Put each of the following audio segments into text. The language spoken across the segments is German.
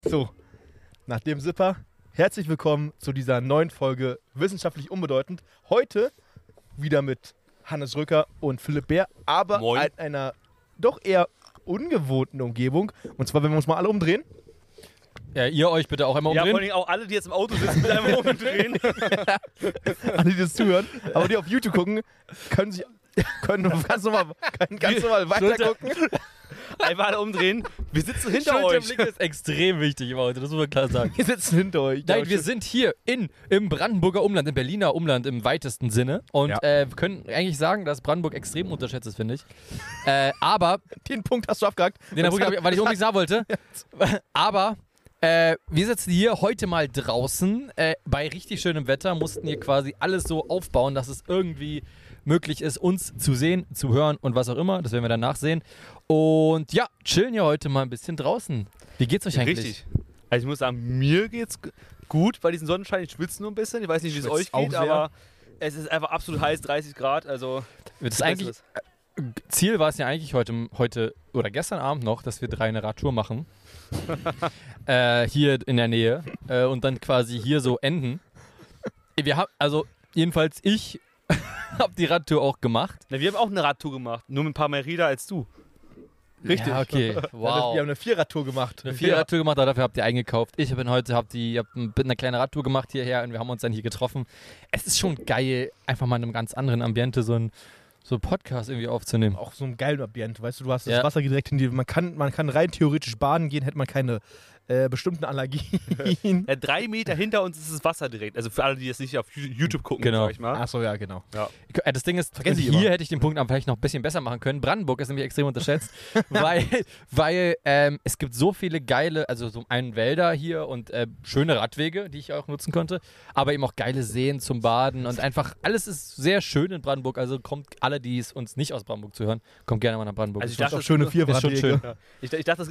So, nach dem Zipper, herzlich willkommen zu dieser neuen Folge Wissenschaftlich Unbedeutend. Heute wieder mit Hannes Rücker und Philipp Bär, aber Moin. in einer doch eher ungewohnten Umgebung. Und zwar, wenn wir uns mal alle umdrehen. Ja, ihr euch bitte auch einmal Ja, vor umdrehen. allem auch alle, die jetzt im Auto sitzen, mit einmal umdrehen. Alle, die das zuhören, aber die auf YouTube gucken, können ganz normal weiter gucken. Einfach alle umdrehen. Wir sitzen hinter euch. Schulterblick ist extrem wichtig im Auto, das muss man klar sagen. Wir sitzen hinter euch. Nein, wir sind hier im Brandenburger Umland, im Berliner Umland im weitesten Sinne. Und Ja. wir können eigentlich sagen, dass Brandenburg extrem unterschätzt ist, finde ich. Aber, Den Punkt hast du abgehakt. weil ich unbedingt sagen wollte, aber wir sitzen hier heute mal draußen bei richtig schönem Wetter, mussten hier quasi alles so aufbauen, dass es irgendwie möglich ist, uns zu sehen, zu hören und was auch immer. Das werden wir danach sehen. Und ja, chillen hier heute mal ein bisschen draußen. Wie geht's euch eigentlich? Richtig. Also ich muss sagen, mir geht's gut bei diesem Sonnenschein. Ich schwitze nur ein bisschen. Ich weiß nicht, wie es Schwitzt euch auch geht, sehr. aber es ist einfach absolut heiß, 30 Grad. Also Das ist eigentlich, Ziel war es ja eigentlich heute oder gestern Abend noch, dass wir 3 eine Radtour machen. Hier in der Nähe. Und dann quasi hier so enden. Wir haben, also jedenfalls ich habe die Radtour auch gemacht. Na, wir haben auch eine Radtour gemacht. Nur mit ein paar mehr Räder als du. Richtig. Ja, okay. Wir Wow. haben eine Vierradtour gemacht. Eine 4-Radtour gemacht, aber dafür habt ihr eingekauft. Ich bin heute eine kleine Radtour gemacht hierher und wir haben uns dann hier getroffen. Es ist schon geil, einfach mal in einem ganz anderen Ambiente so ein Podcast irgendwie aufzunehmen. Auch so ein geilen Ambiente, weißt du, hast das Ja. Wasser direkt in die, man kann rein theoretisch baden gehen, hätte man keine bestimmten Allergien. Ja, 3 Meter hinter uns ist das Wasser direkt. Also für alle, die jetzt nicht auf YouTube gucken, Genau. sag ich mal. Achso, ja, genau. Das Ding ist, Vergessen Sie hier immer. hätte ich den Punkt vielleicht noch ein bisschen besser machen können. Brandenburg ist nämlich extrem unterschätzt, weil es gibt so viele geile, also so einen Wälder hier und schöne Radwege, die ich auch nutzen konnte, aber eben auch geile Seen zum Baden und einfach alles ist sehr schön in Brandenburg. Also kommt alle, die es uns nicht aus Brandenburg zu hören, kommt gerne mal nach Brandenburg. Also ich Das dachte, ist auch schöne ist schon Vierradwege. schön. Ja. Ich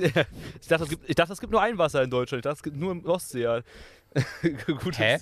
dachte, es gibt nur ein Wasser in Deutschland. Ich dachte, es gibt nur im Ostsee. Ja. Gut, Hä?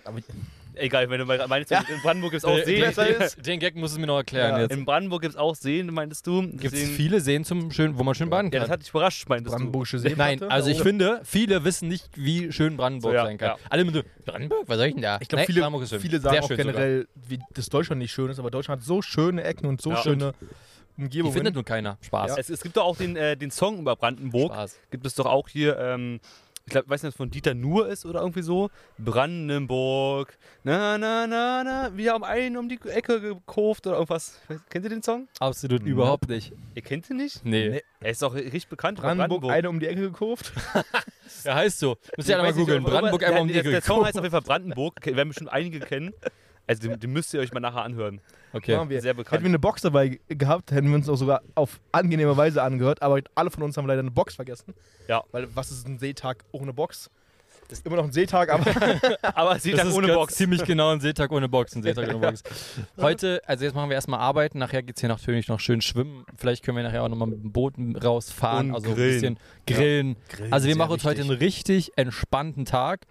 Egal, wenn du meinst, in Brandenburg gibt es auch Seen. Den Gag musst du mir noch erklären Ja, jetzt. In Brandenburg gibt es auch Seen, meintest du? Gibt es Seen- viele Seen, wo man schön baden Ja, kann? das hat dich überrascht, meintest du. Brandenburgische See. Nein, also ich finde, viele wissen nicht, wie schön Brandenburg So, ja, sein kann. ja. Alle mit so, Brandenburg, was soll ich denn da? Ich glaube, Nee, Brandenburg ist schön. viele sagen Sehr auch schön generell, wie das Deutschland nicht schön ist, aber Deutschland hat so schöne Ecken und so Ja. schöne Die Umgebungen. findet nur keiner. Spaß. Ja. Es gibt doch auch den Song über Brandenburg. Spaß. Gibt es doch auch hier, ich glaube, weiß nicht, ob es von Dieter Nuhr ist oder irgendwie so. Brandenburg, na, na, na, na, wir haben einen um die Ecke gekauft oder irgendwas. Kennt ihr den Song? Absolut überhaupt nicht. Ihr kennt ihn nicht? Nee. Nee. Er ist doch richtig bekannt. Brandenburg, eine um die Ecke gekauft. Der heißt so. Müsst ihr alle mal Weiß nicht, googeln. aber Brandenburg einmal um die Ecke. Der Song heißt auf jeden Fall Brandenburg. Werden bestimmt einige kennen. Also den müsst ihr euch mal nachher anhören. Okay. Machen wir. Sehr bekannt. Hätten wir eine Box dabei gehabt, hätten wir uns auch sogar auf angenehme Weise angehört, aber alle von uns haben leider eine Box vergessen. Ja. Weil was ist ein Seetag ohne Box? Das ist immer noch ein Seetag, aber Aber es sieht Das dann ist ohne ganz Box. ziemlich genau ein Seetag ohne Box. Ein Seetag ohne Box. Heute, also jetzt machen wir erstmal arbeiten. Nachher geht es hier natürlich noch schön schwimmen. Vielleicht können wir nachher auch nochmal mit dem Boot rausfahren. Und also ein grillen. bisschen grillen. Grillen Also wir ist machen sehr uns heute einen richtig entspannten Tag.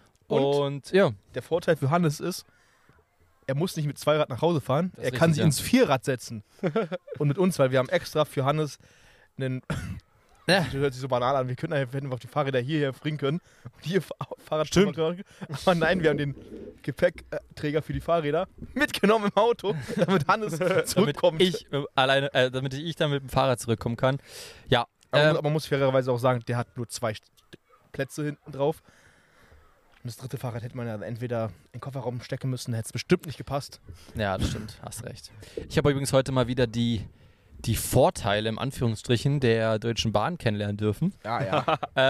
Und ja, der Vorteil für Hannes ist, er muss nicht mit Zweirad nach Hause fahren, Das er ist kann richtig, sich ja. ins Vierrad setzen. Und mit uns, weil wir haben extra für Hannes einen... Ja. Das hört sich so banal an, wir hätten auf die Fahrräder hierher bringen können. Und hier Fahrrad Stimmt. Aber nein, wir haben den Gepäckträger für die Fahrräder mitgenommen im Auto, damit Hannes zurückkommt. damit ich dann mit dem Fahrrad zurückkommen kann. Ja, Aber man muss fairerweise auch sagen, der hat nur 2 Plätze hinten drauf. Und das dritte Fahrrad hätte man ja entweder in den Kofferraum stecken müssen, hätte es bestimmt nicht gepasst. ja, das stimmt. Hast recht. Ich habe übrigens heute mal wieder die Vorteile, im Anführungsstrichen, der Deutschen Bahn kennenlernen dürfen. Ja.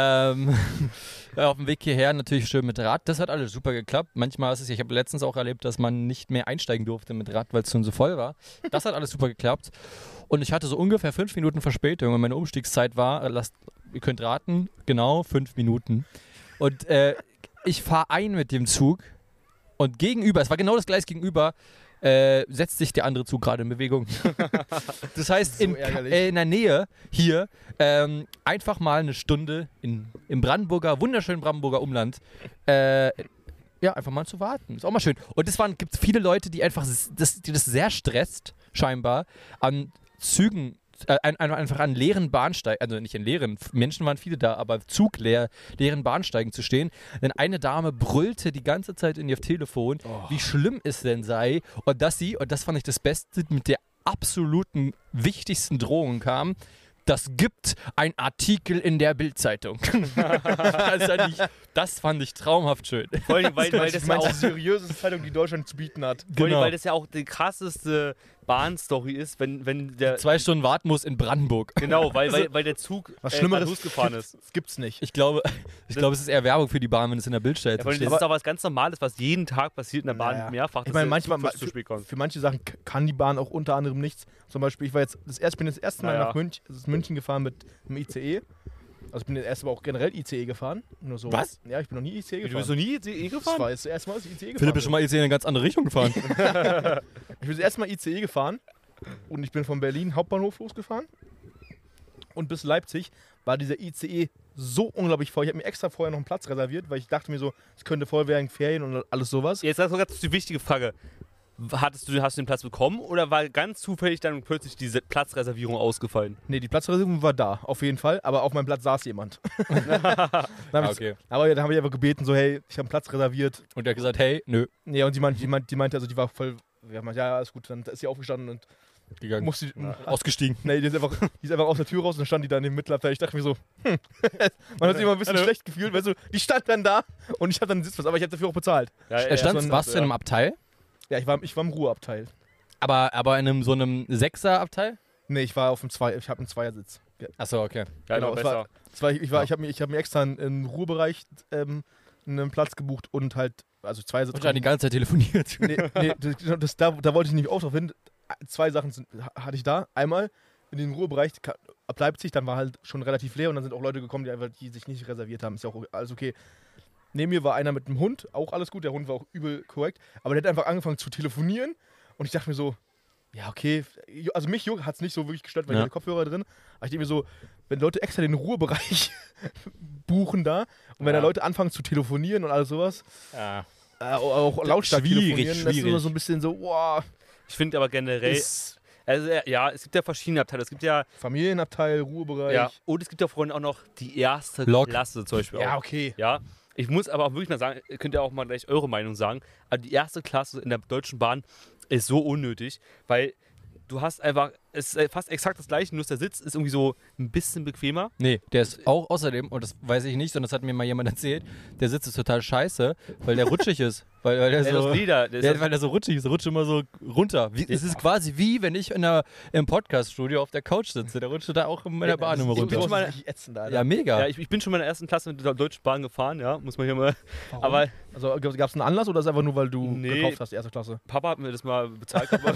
Auf dem Weg hierher natürlich schön mit Rad. Das hat alles super geklappt. Manchmal ist es, ich habe letztens auch erlebt, dass man nicht mehr einsteigen durfte mit Rad, weil es schon so voll war. Das hat alles super geklappt. Und ich hatte so ungefähr 5 Minuten Verspätung und meine Umstiegszeit war, ihr könnt raten, genau 5 Minuten. Und ich fahre ein mit dem Zug und gegenüber, es war genau das Gleis gegenüber, setzt sich der andere Zug gerade in Bewegung. Das heißt, So ärgerlich. in der Nähe hier einfach mal eine Stunde im wunderschönen Brandenburger Umland einfach mal zu warten. Ist auch mal schön. Und gibt viele Leute, die einfach die das sehr stresst, scheinbar, an Zügen einfach an leeren Bahnsteigen, also nicht in leeren, Menschen waren viele da, aber leeren Bahnsteigen zu stehen. Denn eine Dame brüllte die ganze Zeit in ihr Telefon, wie schlimm es denn sei und dass sie, und das fand ich das Beste, mit der absoluten wichtigsten Drohung kam, das gibt ein Artikel in der Bild-Zeitung. Das fand ich traumhaft schön. Vor allem, weil das ja auch die seriöseste Zeitung, die Deutschland zu bieten hat. Vor allem, weil das ja auch die krasseste Bahnstory ist, wenn der 2 Stunden warten muss in Brandenburg. genau, weil der Zug Was Schlimmeres losgefahren ist. Das gibt's nicht. Ich glaube, es ist eher Werbung für die Bahn, wenn es in der Bildzeitung Ja, das steht. ist doch was ganz Normales, was jeden Tag passiert in der Bahn Naja. mehrfach. Ich meine, dass der manchmal Zug zu spät kommt. für manche Sachen kann die Bahn auch unter anderem nichts. Zum Beispiel, ich bin das erste Mal nach München gefahren mit dem ICE. Also ich bin das erste Mal auch generell ICE gefahren. Nur so. Was? Ja, ich bin noch nie ICE Du gefahren. bist noch nie ICE Das gefahren? war jetzt das erste Mal, dass ich ICE gefahren Philipp ist schon mal jetzt in eine ganz andere Richtung gefahren. Ich bin das erste Mal ICE gefahren und ich bin von Berlin Hauptbahnhof losgefahren. Und bis Leipzig war dieser ICE so unglaublich voll. Ich habe mir extra vorher noch einen Platz reserviert, weil ich dachte mir so, es könnte voll werden, Ferien und alles sowas. Jetzt hast du ganz die wichtige Frage. Hast du den Platz bekommen oder war ganz zufällig dann plötzlich diese Platzreservierung ausgefallen? Nee, die Platzreservierung war da, auf jeden Fall. Aber auf meinem Platz saß jemand. Okay. Aber dann habe ich einfach gebeten, so, hey, ich habe einen Platz reserviert. Und er hat gesagt, hey, nö, Nee, und die meinte, also die war voll, ja, ist gut. Dann ist sie aufgestanden und gegangen. musste, Ausgestiegen. nee, die ist einfach aus der Tür raus und dann stand die da in dem Mittelabteil. Ich dachte mir so, man hat sich immer ein bisschen schlecht gefühlt, weil so, die stand dann da und ich habe dann einen Sitzplatz, aber ich habe dafür auch bezahlt. Warst du in einem Abteil? Ja, ich war im Ruheabteil. Aber in so einem 6er-Abteil? Nee, ich war auf dem ich habe einen Zweiersitz. Ja, Achso, okay. Ja, genau, noch es besser. ich habe mir extra einen Ruhebereich einen Platz gebucht und halt, also Zweiersitz. Und dann die ganze Zeit telefoniert. Nee, da wollte ich nicht auch drauf hin. 2 Sachen hatte ich da. Einmal in den Ruhebereich ab Leipzig, dann war halt schon relativ leer und dann sind auch Leute gekommen, die sich nicht reserviert haben. Ist ja auch alles okay. Neben mir war einer mit einem Hund, auch alles gut, der Hund war auch übel korrekt, aber der hat einfach angefangen zu telefonieren und ich dachte mir so, ja okay, also mich hat es nicht so wirklich gestört, weil ich hatte Kopfhörer drin, aber ich denke mir so, wenn Leute extra den Ruhebereich buchen da und wenn da Leute anfangen zu telefonieren und alles sowas, Ja. auch lautstark telefonieren, das ist schwierig. immer so ein bisschen so, wow, Ich finde aber generell, also ja, es gibt ja verschiedene Abteile. Es gibt ja, Familienabteil, Ruhebereich. ja, und es gibt ja vorhin auch noch die erste Lok. Klasse zum Beispiel. Ja, auch. okay. Ja, ich muss aber auch wirklich mal sagen, ihr könnt ja auch mal gleich eure Meinung sagen, aber die erste Klasse in der Deutschen Bahn ist so unnötig, weil du hast einfach, es ist fast exakt das gleiche, nur der Sitz ist irgendwie so ein bisschen bequemer. Nee, der ist auch außerdem, und das weiß ich nicht, sondern das hat mir mal jemand erzählt, der Sitz ist total scheiße, weil der rutschig ist. Weil der so, das Leder, weil der so rutschig ist, der rutscht immer so runter. Es ist quasi wie, wenn ich im Podcaststudio auf der Couch sitze. Der rutscht da auch in meiner Bahn immer runter. schon mal- richtig ätzend, Alter. Ja, mega. ja, ich bin schon mal in der ersten Klasse mit der Deutschen Bahn gefahren, ja, muss man hier mal. Warum? Aber Also gab es einen Anlass oder ist es einfach nur, weil du Nee. gekauft hast, die erste Klasse? Papa hat mir das mal bezahlt. Aber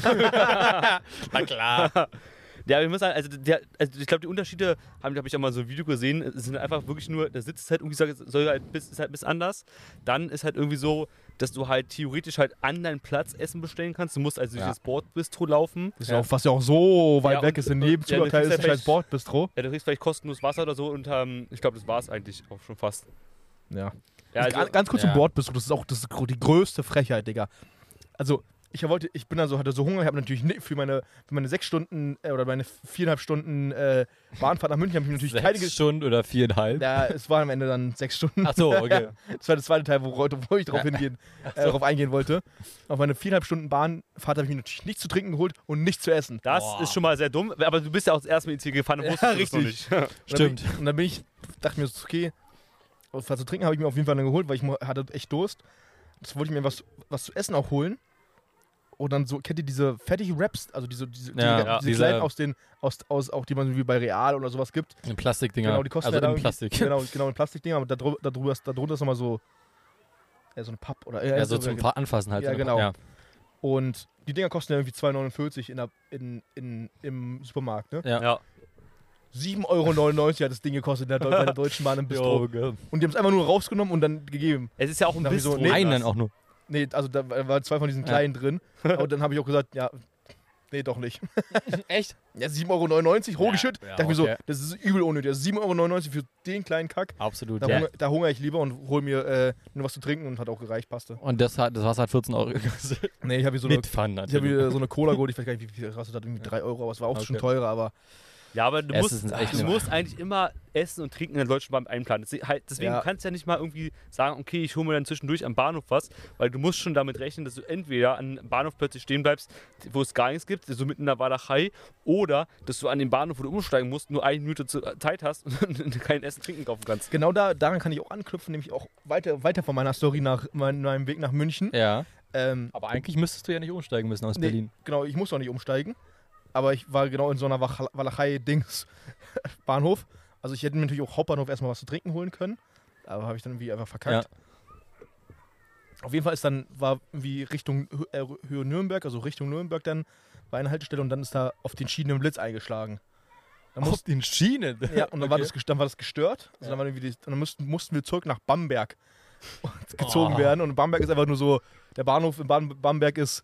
Na klar. ja, ich muss sagen, also ich glaube, die Unterschiede, habe ich auch mal so ein Video gesehen, sind einfach wirklich nur, der Sitz ist halt irgendwie, ist halt ein bisschen anders. Dann ist halt irgendwie so, dass du halt theoretisch halt an deinen Platz Essen bestellen kannst. Du musst also durch das Bordbistro laufen. Das ist ja auch, was ja auch so weit Ja, weg ist. In jedem ja, Zugabteil das ist ist ein ja scheiß Bordbistro. Ja, du kriegst vielleicht kostenlos Wasser oder so und ich glaube, das war es eigentlich auch schon fast. Ja. Ja, also, Ganz kurz Ja. zum Bordbistro, das ist die größte Frechheit, Digga. Also, hatte so Hunger, ich habe natürlich für meine 6 Stunden oder meine 4,5 Stunden Bahnfahrt nach München habe ich natürlich keine 6 Stunden oder 4,5? Ja, es waren am Ende dann 6 Stunden. Ach so, okay. Das war der zweite Teil, wo ich drauf eingehen wollte. Auf meine 4,5 Stunden Bahnfahrt habe ich mir natürlich nichts zu trinken geholt und nichts zu essen. das Boah. ist schon mal sehr dumm, aber du bist ja auch das erste Mal ins Ziel gefahren und wusstest das noch nicht. Stimmt. Und dann dachte mir so, okay, was zu trinken habe ich mir auf jeden Fall dann geholt, weil ich hatte echt Durst. Das wollte ich mir was zu essen auch holen. Und dann so, kennt ihr diese fertigen Wraps, also diese kleinen auch die man wie bei Real oder sowas gibt. In Plastikdinger. Genau, die kosten also ja da in irgendwie- Plastik. Genau, in Plastikdinger, aber darunter ist nochmal so ein Papp oder Ja, so zum Anfassen halt. Ja, so. genau. Ja. Und die Dinger kosten ja irgendwie 2,49 im Supermarkt, ne? Ja. Ja. 7,99 € hat das Ding gekostet bei der Deutschen Bahn im Bistro. Und die haben es einfach nur rausgenommen und dann gegeben. Es ist ja auch ein Nach wie so- Bistro. Nee, Einen dann auch nur. Nee, also da waren 2 von diesen kleinen drin. Aber dann habe ich auch gesagt, ja, nee, doch nicht. Echt? Ja, 7,99 € rohgeschüttet. Ja, Dachte mir so, okay. das ist übel unnötig. Also 7,99 € für den kleinen Kack. Absolut. Da, Ja. da hungere ich lieber und hole mir nur was zu trinken und hat auch gereicht, passte. Und das Wasser hat 14 € gekostet. Nee, ich habe hier so Mit Pfannen ich habe natürlich. hier so eine Cola geholt, ich weiß gar nicht, wie viel das kostet hat, irgendwie 3 €, aber es war auch schon Okay. teurer, aber Ja, aber du Essen ist echt musst eigentlich immer Essen und Trinken in der Deutschen Bahn einplanen. Deswegen Ja. kannst du ja nicht mal irgendwie sagen, okay, ich hole mir dann zwischendurch am Bahnhof was, weil du musst schon damit rechnen, dass du entweder an einem Bahnhof plötzlich stehen bleibst, wo es gar nichts gibt, so mitten in der Walachei, oder dass du an dem Bahnhof, wo du umsteigen musst, nur 1 Minute Zeit hast und kein Essen, Trinken kaufen kannst. Genau daran kann ich auch anknüpfen, nämlich auch weiter von meiner Story nach meinem Weg nach München. Ja. Aber Eigentlich müsstest du ja nicht umsteigen müssen aus Berlin. Genau, ich muss auch nicht umsteigen. Aber ich war genau in so einer Walachei-Dings-Bahnhof. Also ich hätte mir natürlich auch Hauptbahnhof erstmal was zu trinken holen können. Aber habe ich dann irgendwie einfach verkackt. Auf jeden Fall war irgendwie Richtung Höhe Nürnberg, also Richtung Nürnberg dann, war eine Haltestelle und dann ist da auf den Schienen ein Blitz eingeschlagen. Auf den Schienen? Ja, und dann, war das gestört. Also dann, dann mussten wir zurück nach Bamberg gezogen werden. Und Bamberg ist einfach nur so, der Bahnhof in Bamberg ist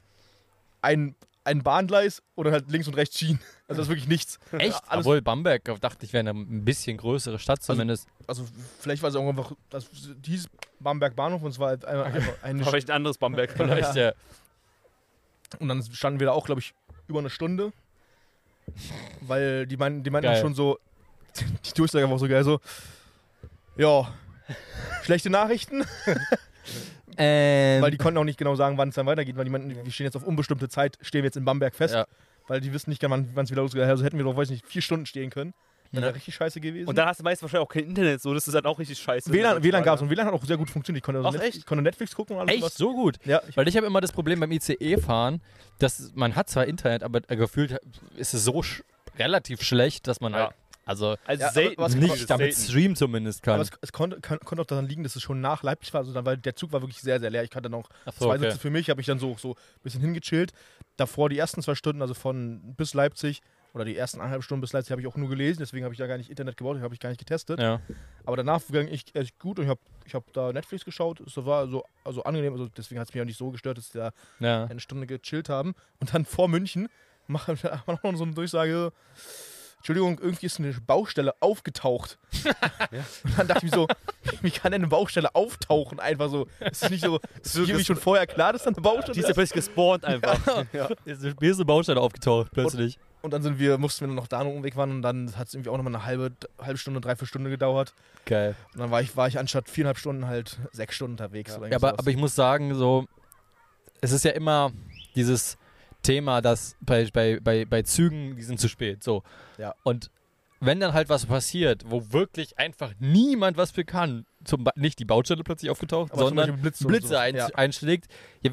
ein Bahngleis oder halt links und rechts Schienen. Also das ist wirklich nichts. Echt? Alles, Obwohl Bamberg, dachte ich, wäre eine ein bisschen größere Stadt zumindest. also vielleicht war es auch einfach, das hieß Bamberg Bahnhof und es war halt einfach eine Aber vielleicht ein anderes Bamberg. Vielleicht, ja. Und dann standen wir da auch, glaube ich, über eine Stunde. Weil die meinten Geil. dann schon so, die Durchsage war auch so geil, so, ja, schlechte Nachrichten. Weil die konnten auch nicht genau sagen, wann es dann weitergeht, weil die meinten, wir stehen jetzt auf unbestimmte Zeit, stehen wir jetzt in Bamberg fest. Ja. Weil die wissen nicht, wann es wieder losgeht. Also hätten wir doch, weiß nicht, 4 Stunden stehen können. Das wäre Ja. richtig scheiße gewesen. Und dann hast du meist wahrscheinlich auch kein Internet, so, das ist dann auch richtig scheiße. WLAN gab es und WLAN hat auch sehr gut funktioniert. Ich konnte, Ach, echt? ich konnte Netflix gucken und alles. Echt? So gut? Ja, Weil ich habe immer das Problem beim ICE-Fahren, dass man hat zwar Internet, aber gefühlt ist es so relativ schlecht, dass man Ja. halt, also Also Ja, aber selten. was- nicht damit selten. streamen zumindest kann. aber es konnte auch daran liegen, dass es schon nach Leipzig war. Also dann, weil der Zug war wirklich sehr, sehr leer. Ich hatte noch Ach so, 2 okay. Sitze für mich, habe ich dann so ein bisschen hingechillt. Davor die ersten 2 Stunden, also von bis Leipzig, oder die ersten 1,5 Stunden bis Leipzig habe ich auch nur gelesen, deswegen habe ich da gar nicht Internet gebaut, habe ich gar nicht getestet. Ja. Aber danach ging ich echt gut und ich hab da Netflix geschaut. Es war so angenehm, also deswegen hat es mich auch nicht so gestört, dass wir da Ja. eine Stunde gechillt haben. Und dann vor München machen wir noch so eine Durchsage, Entschuldigung, irgendwie ist eine Baustelle aufgetaucht. Und dann dachte ich mir so, wie kann denn eine Baustelle auftauchen? Einfach so, ist es nicht so, ist es irgendwie schon vorher klar, dass da eine Baustelle Die ist ja plötzlich gespawnt einfach. Ja. Jetzt ist eine Baustelle aufgetaucht, plötzlich. Und dann mussten wir noch da noch Umweg fahren und dann hat es irgendwie auch nochmal eine halbe Stunde, 3-4 Stunden gedauert. Geil. Und dann war ich anstatt 4,5 Stunden halt 6 Stunden unterwegs. Oder Ja, irgendwie aber ich muss sagen, so, es ist ja immer dieses Thema, dass bei Zügen, die sind zu spät. So. Ja. Und wenn dann halt was passiert, wo wirklich einfach niemand was für kann, nicht die Baustelle plötzlich aufgetaucht, Aber zum sondern Beispiel Blitz oder Blitze sowas. Ja. einschlägt, ja,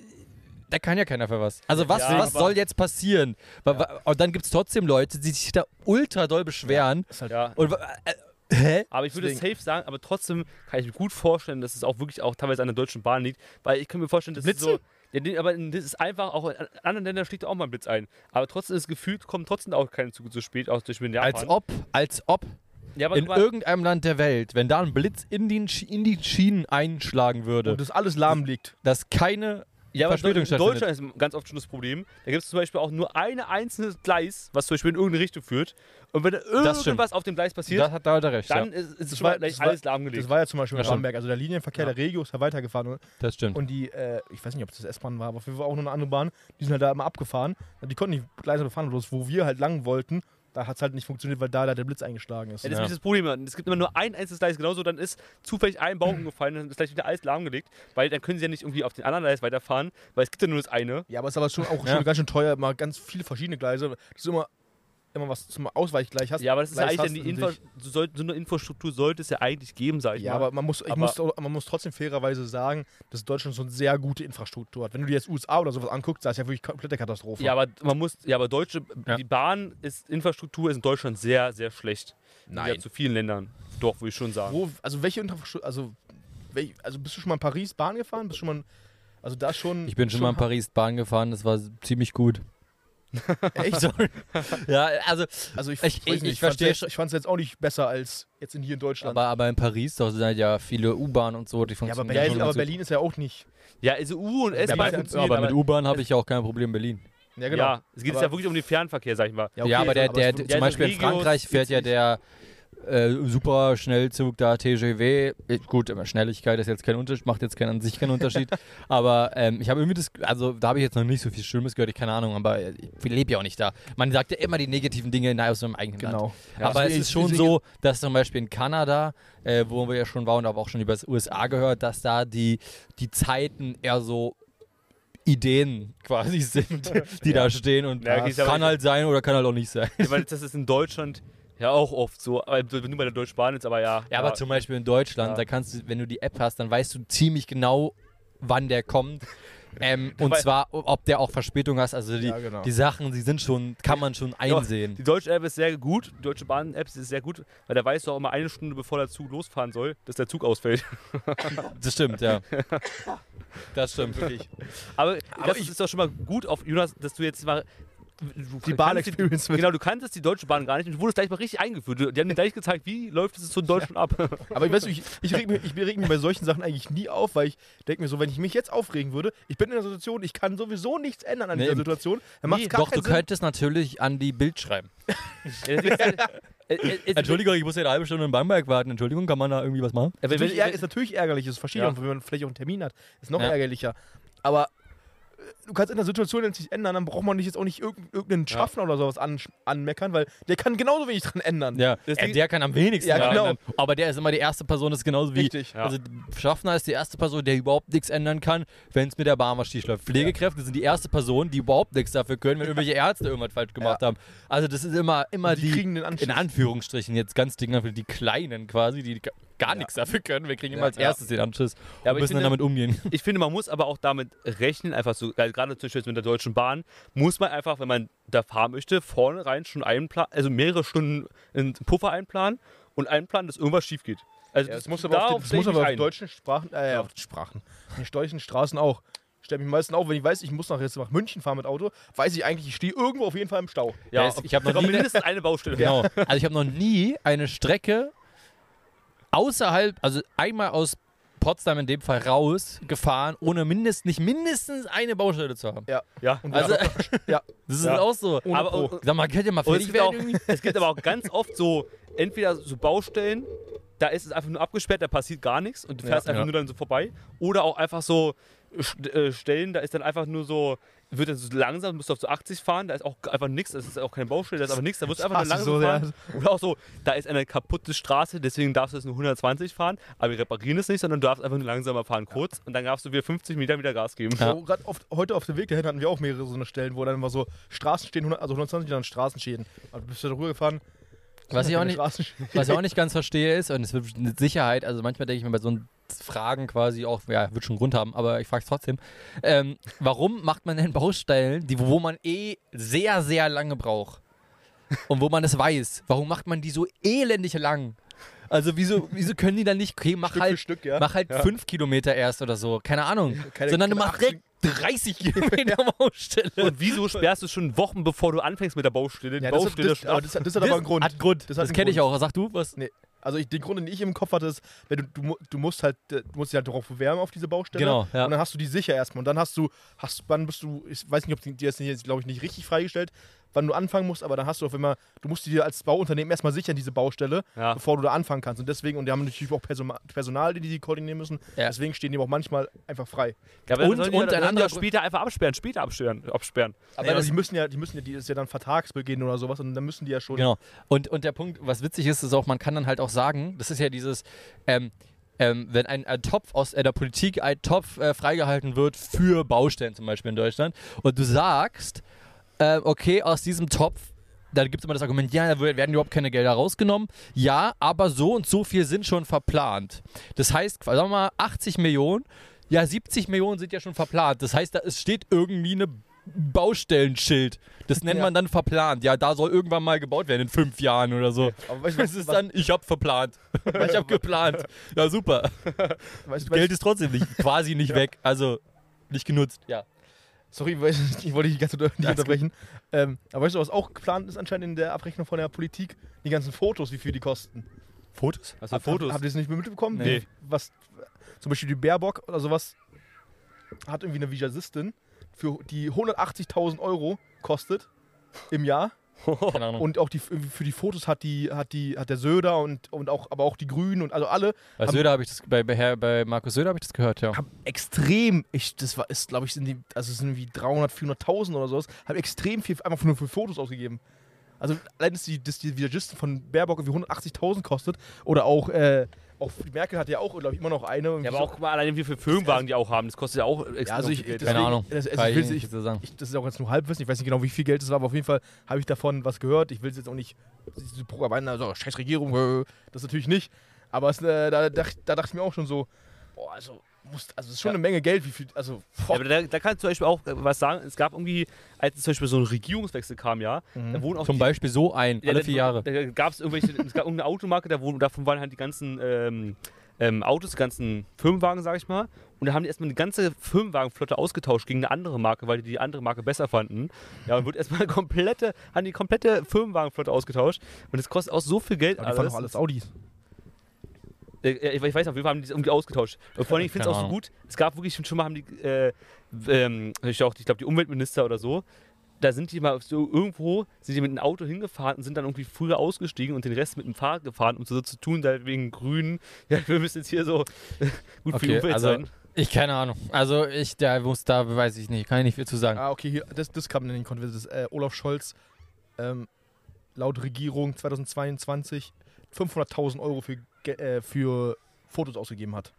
da kann ja keiner für was. Also was Ja, aber- soll jetzt passieren? Und dann gibt es trotzdem Leute, die sich da ultra doll beschweren. Ist halt Ja. Und hä? Aber ich würde Deswegen. safe sagen, aber trotzdem kann ich mir gut vorstellen, dass es auch wirklich auch teilweise an der Deutschen Bahn liegt, weil ich kann mir vorstellen, dass es Blitze? so. Ja, aber das ist einfach, auch in anderen Ländern schlägt auch mal ein Blitz ein. Aber trotzdem ist gefühlt, kommen trotzdem auch keine Züge zu spät, auch durch Japan. Als ob Ja, aber in guck mal, irgendeinem Land der Welt, wenn da ein Blitz in die Schienen einschlagen würde, und das alles lahm liegt. dass keine ja, aber in Verspätung stattfindet. Deutschland ist ganz oft schon das Problem. Da gibt es zum Beispiel auch nur ein einzelnes Gleis, was zum Beispiel in irgendeine Richtung führt. Und wenn da Das stimmt. irgendwas auf dem Gleis passiert, Da hat er recht, dann ja. ist Das schon war- mal gleich das war- alles lahmgelegt. Das war ja zum Beispiel in Ja, stimmt. Bamberg. Also der Linienverkehr Ja. der Regio ist da weitergefahren. Das stimmt. Und die, ich weiß nicht, ob das S-Bahn war, aber auf jeden Fall auch nur eine andere Bahn, die sind halt da immer abgefahren. Die konnten nicht Gleise befahren, bloß wo wir halt lang wollten, da hat es halt nicht funktioniert, weil da der Blitz eingeschlagen ist. Ja, das Ja. ist das Problem. Es gibt immer nur ein einziges Gleis, genauso, dann ist zufällig ein Baum umgefallen, dann ist gleich wieder alles lahmgelegt, weil dann können sie ja nicht irgendwie auf den anderen Gleis weiterfahren, weil es gibt ja nur das eine. Ja, aber es ist aber schon auch Ja. schon ganz schön teuer, mal ganz viele verschiedene Gleise. Das ist immer was zum Ausweichgleich hast. Ja, aber das ist ja Gleis eigentlich dann hast die und so eine Infrastruktur sollte es ja eigentlich geben, sag ich Ja, mal. aber man muss trotzdem fairerweise sagen, dass Deutschland so eine sehr gute Infrastruktur hat. Wenn du dir jetzt USA oder sowas anguckst, da ist ja wirklich komplette Katastrophe. Ja, aber deutsche, Ja. die Infrastruktur ist in Deutschland sehr, sehr schlecht. Nein. Ja, zu vielen Ländern. Doch, würde ich schon sagen. Also welche Infrastruktur, also bist du schon mal in Paris Bahn gefahren? Bist du schon mal, also da schon... Ich bin schon mal in Paris Bahn gefahren, das war ziemlich gut. Echt? Ja, also, Also ich Ich- weiß nicht, ich verstehe ich fand es jetzt auch nicht besser als jetzt hier in Deutschland. aber in Paris, da sind halt ja viele U-Bahn und so, die ja, aber funktionieren Berlin, schon aber ganz gut. Berlin ist ja auch nicht... Ja, also U- und Ja, S-Bahn aber- funktionieren, Aber mit U-Bahn habe ich ja auch kein Problem in Berlin. Ja, genau. Ja, es geht jetzt Aber- ja wirklich um den Fernverkehr, sag ich mal. okay, Ja, aber es- zum Ja, Beispiel in Regios Frankreich fährt ja witzig. der super Schnellzug da, TGW. Gut, Schnelligkeit ist jetzt kein Unterschied, macht jetzt an sich keinen Unterschied. Aber ich habe irgendwie also da habe ich jetzt noch nicht so viel Schlimmes gehört, ich keine Ahnung, aber ich lebe ja auch nicht da. Man sagt ja immer die negativen Dinge aus seinem eigenen Land. Genau. Ja, aber es ist schon so, dass zum Beispiel in Kanada, wo wir ja schon waren und aber auch schon über das USA gehört, dass da die Zeiten eher so Ideen quasi sind, die da stehen und kann halt sein oder kann halt auch nicht sein. Ich meine, das ist in Deutschland ja auch oft so, aber nur bei der Deutschen Bahn jetzt, aber ja. Ja, aber zum Beispiel in Deutschland, da kannst du, wenn du die App hast, dann weißt du ziemlich genau, wann der kommt. Und zwar, ob der auch Verspätung hat. Also die Sachen, die sind schon, kann man schon einsehen. Die deutsche App ist sehr gut, die Deutsche Bahn-App ist sehr gut, weil da weißt du auch immer eine Stunde, bevor der Zug losfahren soll, dass der Zug ausfällt. Das stimmt, ja. Das stimmt, wirklich. Aber das ist doch schon mal gut, Jonas, dass du jetzt mal die Bahn-Experience mit. Genau, du kanntest die Deutsche Bahn gar nicht und du wurdest gleich mal richtig eingeführt. Die haben dir gleich gezeigt, wie läuft es so in Deutschland ab. Aber ich weiß nicht, ich reg mich bei solchen Sachen eigentlich nie auf, weil ich denke mir so, wenn ich mich jetzt aufregen würde, ich bin in einer Situation, ich kann sowieso nichts ändern an dieser Situation. Dann macht's gar keinen Sinn. Könntest natürlich an die Bild schreiben. Entschuldigung, ich muss ja eine halbe Stunde in Bamberg warten. Entschuldigung, kann man da irgendwie was machen? Ist natürlich ärgerlich, das verstehe ich auch, wenn man vielleicht auch einen Termin hat. Ist noch ärgerlicher. Aber du kannst in der Situation jetzt nicht ändern, dann braucht man nicht jetzt auch nicht irgendeinen Schaffner oder sowas anmeckern, weil der kann genauso wenig dran ändern. Ja, der kann am wenigsten ändern. Aber der ist immer die erste Person, das ist genauso wie. Richtig. Ja. Also Schaffner ist die erste Person, der überhaupt nichts ändern kann, wenn es mit der Bahn was schief läuft. Pflegekräfte sind die erste Person, die überhaupt nichts dafür können, wenn irgendwelche Ärzte irgendwas falsch gemacht haben. Also das ist immer die kriegen den Anschluss. In Anführungsstrichen jetzt ganz dick, die Kleinen quasi, die gar nichts dafür können. Wir kriegen immer als erstes den Anschluss und müssen dann damit umgehen. Ich finde, man muss aber auch damit rechnen, einfach so, gerade zum Beispiel mit der Deutschen Bahn, muss man einfach, wenn man da fahren möchte, vorne rein schon also mehrere Stunden einen Puffer einplanen und einplanen, dass irgendwas schief geht. Also das muss aber auf deutschen deutschen Straßen auch. Ich stelle mich meistens auf, wenn ich weiß, ich muss nach München fahren mit Auto, weiß ich eigentlich, ich stehe irgendwo auf jeden Fall im Stau. Ja, ich habe noch mindestens eine Baustelle. Genau. Also ich habe noch nie eine Strecke außerhalb, also einmal aus Potsdam in dem Fall rausgefahren, ohne mindestens eine Baustelle zu haben. Ja. Und das ist auch so. Aber sag mal, könnt ihr mal fertig werden? Es gibt aber auch ganz oft so, entweder so Baustellen, da ist es einfach nur abgesperrt, da passiert gar nichts und du fährst einfach nur dann so vorbei. Oder auch einfach so Stellen, da ist dann einfach nur so, wird dann so langsam, musst du auf so 80 fahren, da ist auch einfach nichts, das ist auch keine Baustelle, da ist einfach nichts, da musst du einfach nur langsam fahren. Oder auch so, da ist eine kaputte Straße, deswegen darfst du jetzt nur 120 fahren, aber wir reparieren es nicht, sondern du darfst einfach nur langsamer fahren, kurz, und dann darfst du wieder 50 Meter wieder Gas geben. Ja. So, gerade heute auf dem Weg dahin hatten wir auch mehrere so eine Stellen, wo dann immer so Straßen stehen, also 120 dann Straßenschäden. Also du bist da drüber gefahren. Was ich auch nicht ganz verstehe ist, und es wird mit Sicherheit, also manchmal denke ich mir bei so Fragen quasi auch, wird schon einen Grund haben, aber ich frage es trotzdem, warum macht man denn Baustellen, wo man sehr, sehr lange braucht und wo man es weiß, warum macht man die so elendig lang? Also wieso können die dann nicht, okay, mach Stück, 5 Kilometer erst oder so, keine Ahnung, sondern du machst direkt 30 Kilometer Baustelle. Und wieso sperrst du schon Wochen, bevor du anfängst mit der Baustelle? Ja, das hat aber einen Grund. Hat Grund. Das kenne ich auch. Sag du was? Nee. Also den Grund, den ich im Kopf hatte, ist, du musst dich halt darauf bewerben auf diese Baustelle. Genau, ja. Und dann hast du die sicher erstmal. Und dann dann bist du, ich weiß nicht, ob die ist jetzt, glaube ich, nicht richtig freigestellt, wann du anfangen musst, aber dann hast du du musst dir als Bauunternehmen erstmal sichern, diese Baustelle, bevor du da anfangen kannst. Und deswegen, und die haben natürlich auch Personal, die koordinieren müssen. Ja. Deswegen stehen die auch manchmal einfach frei. Ja, und ein anderer später einfach absperren. Aber die müssen ja, das ist ja dann Vertragsbeginn oder sowas und dann müssen die ja schon. Genau. Und der Punkt, was witzig ist, ist auch, man kann dann halt auch sagen, das ist ja dieses, wenn ein Topf aus der Politik, freigehalten wird für Baustellen zum Beispiel in Deutschland und du sagst, okay, aus diesem Topf, da gibt es immer das Argument, ja, da werden überhaupt keine Gelder rausgenommen. Ja, aber so und so viel sind schon verplant. Das heißt, sagen wir mal, 80 Millionen, ja, 70 Millionen sind ja schon verplant. Das heißt, es steht irgendwie eine Baustellenschild. Das nennt man dann verplant. Ja, da soll irgendwann mal gebaut werden in 5 Jahren oder so. Aber was ist dann? Ich habe verplant. Ich habe geplant. Ja, super. Geld ist trotzdem quasi nicht weg. Also nicht genutzt. Ja. Sorry, ich wollte dich die ganze Zeit nicht unterbrechen. Aber weißt du, was auch geplant ist anscheinend in der Abrechnung von der Politik? Die ganzen Fotos, wie viel die kosten. Fotos? Also Fotos? Habt ihr das nicht mehr mitbekommen? Nee. Was, zum Beispiel die Baerbock oder sowas hat irgendwie eine Visagistin, die 180.000 € kostet im Jahr. Keine Ahnung. Und auch für die Fotos hat der Söder aber auch die Grünen und also alle Bei Söder habe ich das, bei Markus Söder habe ich das gehört, ja. haben extrem, glaube ich, es sind wie 300, 400.000 oder sowas, haben extrem viel einfach nur für Fotos ausgegeben. Also allein, dass die Visagisten von Baerbock irgendwie 180.000 kostet oder auch die Merkel hat ja auch, glaube ich, immer noch eine. Ja, aber auch mal allein wie viele Firmenwagen die auch haben, das kostet ja auch extrem also viel Geld. Keine Ahnung. Das Kann ich ist nicht so sagen. auch jetzt nur Halbwissen, ich weiß nicht genau, wie viel Geld es war, aber auf jeden Fall habe ich davon was gehört. Ich will es jetzt auch nicht, diese Propaganda, also scheiß Regierung, das natürlich nicht. Aber da dachte ich mir auch schon so, boah, also es ist schon eine Menge Geld, wie viel, also, Ja, aber da kann ich zum Beispiel auch was sagen, es gab irgendwie, als zum Beispiel so ein Regierungswechsel kam, ja, da wurden auch Zum Beispiel so alle 4 Jahre. Da gab es irgendeine Automarke, davon waren halt die ganzen Autos, die ganzen Firmenwagen, sag ich mal. Und da haben die erstmal eine ganze Firmenwagenflotte ausgetauscht gegen eine andere Marke, weil die andere Marke besser fanden. Ja, und wurde erstmal haben die komplette Firmenwagenflotte ausgetauscht. Und es kostet auch so viel Geld. aber die fahren doch alles Audis. Ich weiß nicht, auf jeden Fall haben die das irgendwie ausgetauscht. Und vor allem, ich finde es auch so gut, es gab wirklich schon mal, haben die, ich glaube, die Umweltminister oder so, da sind die mal so irgendwo, sind die mit einem Auto hingefahren und sind dann irgendwie früher ausgestiegen und den Rest mit dem Fahrrad gefahren, um so zu tun, da wegen Grünen, ja, wir müssen jetzt hier so gut für die Umwelt sein. Ich keine Ahnung. Also da weiß ich nicht, kann ich nicht viel zu sagen. Ah, okay, hier, das kam in den Konvent. Das ist Olaf Scholz, laut Regierung 2022 500.000 Euro für Fotos ausgegeben hat.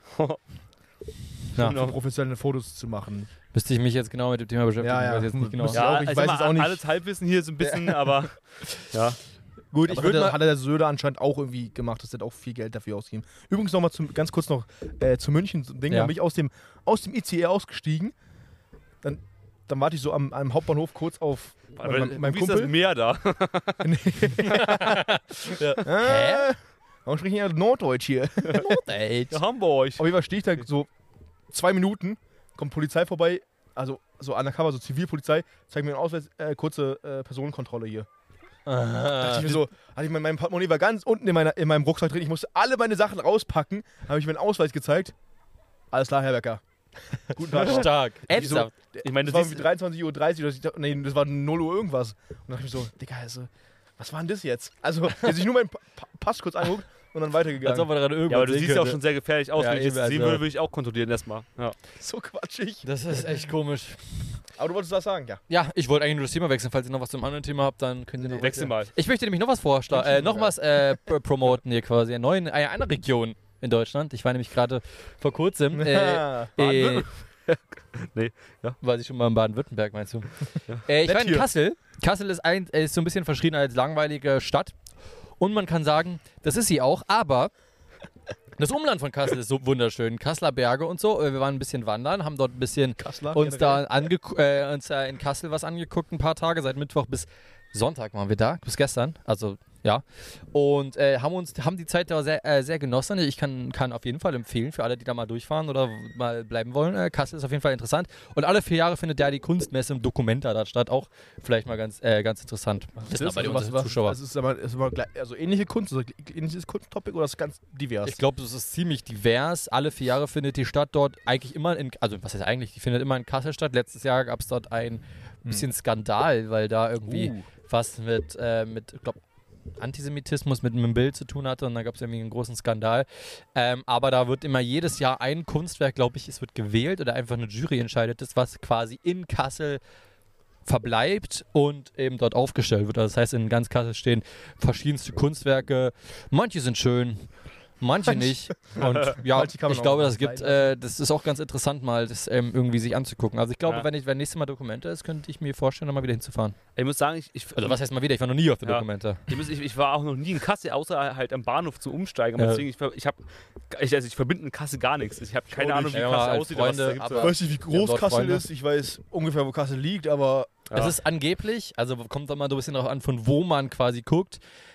Ja. Um professionelle Fotos zu machen. Müsste ich mich jetzt genau mit dem Thema beschäftigen. Ja, Ich weiß jetzt nicht genau. Ja, ich weiß es auch nicht. Alles Halbwissen hier so ein bisschen, aber ja. Gut, hat der Söder anscheinend auch irgendwie gemacht, dass er auch viel Geld dafür ausgegeben. Übrigens nochmal ganz kurz noch zu München. Da bin ich aus dem ICE ausgestiegen. Dann warte ich so am Hauptbahnhof kurz auf meinem Wie Kumpel. ist das Meer da? Hä? Warum sprechen ja Norddeutsch hier? Norddeutsch. Ja, Hamburg. Auf jeden Fall stehe ich da so 2 Minuten, kommt Polizei vorbei, also so undercover, so Zivilpolizei, zeigt mir einen Ausweis, kurze Personenkontrolle hier. Dachte ich mir so, mein Portemonnaie war ganz unten in meinem Rucksack drin, ich musste alle meine Sachen rauspacken, habe ich meinen Ausweis gezeigt. Alles klar, Herr Becker. Guten Tag. Stark. Ernsthaft? Ich meine, das war 23:30 Uhr, nee, das war 0 Uhr irgendwas. Und dachte ich mir so, Digga, also, was war denn das jetzt? Also, der sich nur meinen Pass kurz anguckt und dann weitergegangen. Als ob man gerade irgendwas Ja, aber du siehst ja auch schon sehr gefährlich aus. Ja, Wenn ich eben, das sehen also- würde ich auch kontrollieren erstmal. Ja. So quatschig. Das ist echt komisch. Aber du wolltest was sagen, ja. Ja, ich wollte eigentlich nur das Thema wechseln. Falls ihr noch was zum anderen Thema habt, dann könnt ihr noch Wechsel mal. Ich möchte nämlich noch was vorschlagen, noch was promoten hier quasi. Eine andere Region in Deutschland. Ich war nämlich gerade vor kurzem. Nee, ja. War ich schon mal in Baden-Württemberg, meinst du? Ja. Ich war in Kassel. Kassel ist so ein bisschen verschrien als langweilige Stadt. Und man kann sagen, das ist sie auch, aber das Umland von Kassel ist so wunderschön. Kasseler Berge und so. Wir waren ein bisschen wandern, haben dort ein bisschen Kassler, uns da in Kassel was angeguckt, ein paar Tage. Seit Mittwoch bis Sonntag waren wir da, bis gestern. Also, ja. Und haben die Zeit da sehr, sehr genossen. Ich kann auf jeden Fall empfehlen, für alle, die da mal durchfahren oder mal bleiben wollen. Kassel ist auf jeden Fall interessant. Und alle 4 Jahre findet ja die Kunstmesse im Documenta da statt. Auch vielleicht mal ganz interessant. Das ist aber Zuschauer. Es ist aber also ähnliche Kunst, also ähnliches Kunsttopic oder ist es ganz divers? Ich glaube, das ist ziemlich divers. Alle 4 Jahre findet die Stadt dort eigentlich immer was heißt eigentlich? Die findet immer in Kassel statt. Letztes Jahr gab es dort ein bisschen Skandal, weil da irgendwie was mit ich glaube, Antisemitismus mit einem Bild zu tun hatte und da gab es irgendwie einen großen Skandal. Aber da wird immer jedes Jahr ein Kunstwerk, glaube ich, es wird gewählt oder einfach eine Jury entscheidet das, was quasi in Kassel verbleibt und eben dort aufgestellt wird. Also das heißt, in ganz Kassel stehen verschiedenste Kunstwerke. Manche sind schön, manche nicht. Und ja, ich glaube, das ist auch ganz interessant, mal das irgendwie sich anzugucken. Also ich glaube, wenn nächstes Mal Dokumente ist, könnte ich mir vorstellen, da mal wieder hinzufahren. Ich muss sagen, also was heißt mal wieder? Ich war noch nie auf der Dokumente. Ich war auch noch nie in Kassel, außer halt am Bahnhof zum Umsteigen. Aber deswegen, ich verbinde in Kassel gar nichts. Ich habe keine Ahnung, wie Kassel aussieht. Freunde, ich weiß nicht, wie groß Kassel ist. Ich weiß ungefähr, wo Kassel liegt, aber... Ja. Es ist angeblich, also kommt doch mal so ein bisschen darauf an, von wo man quasi guckt,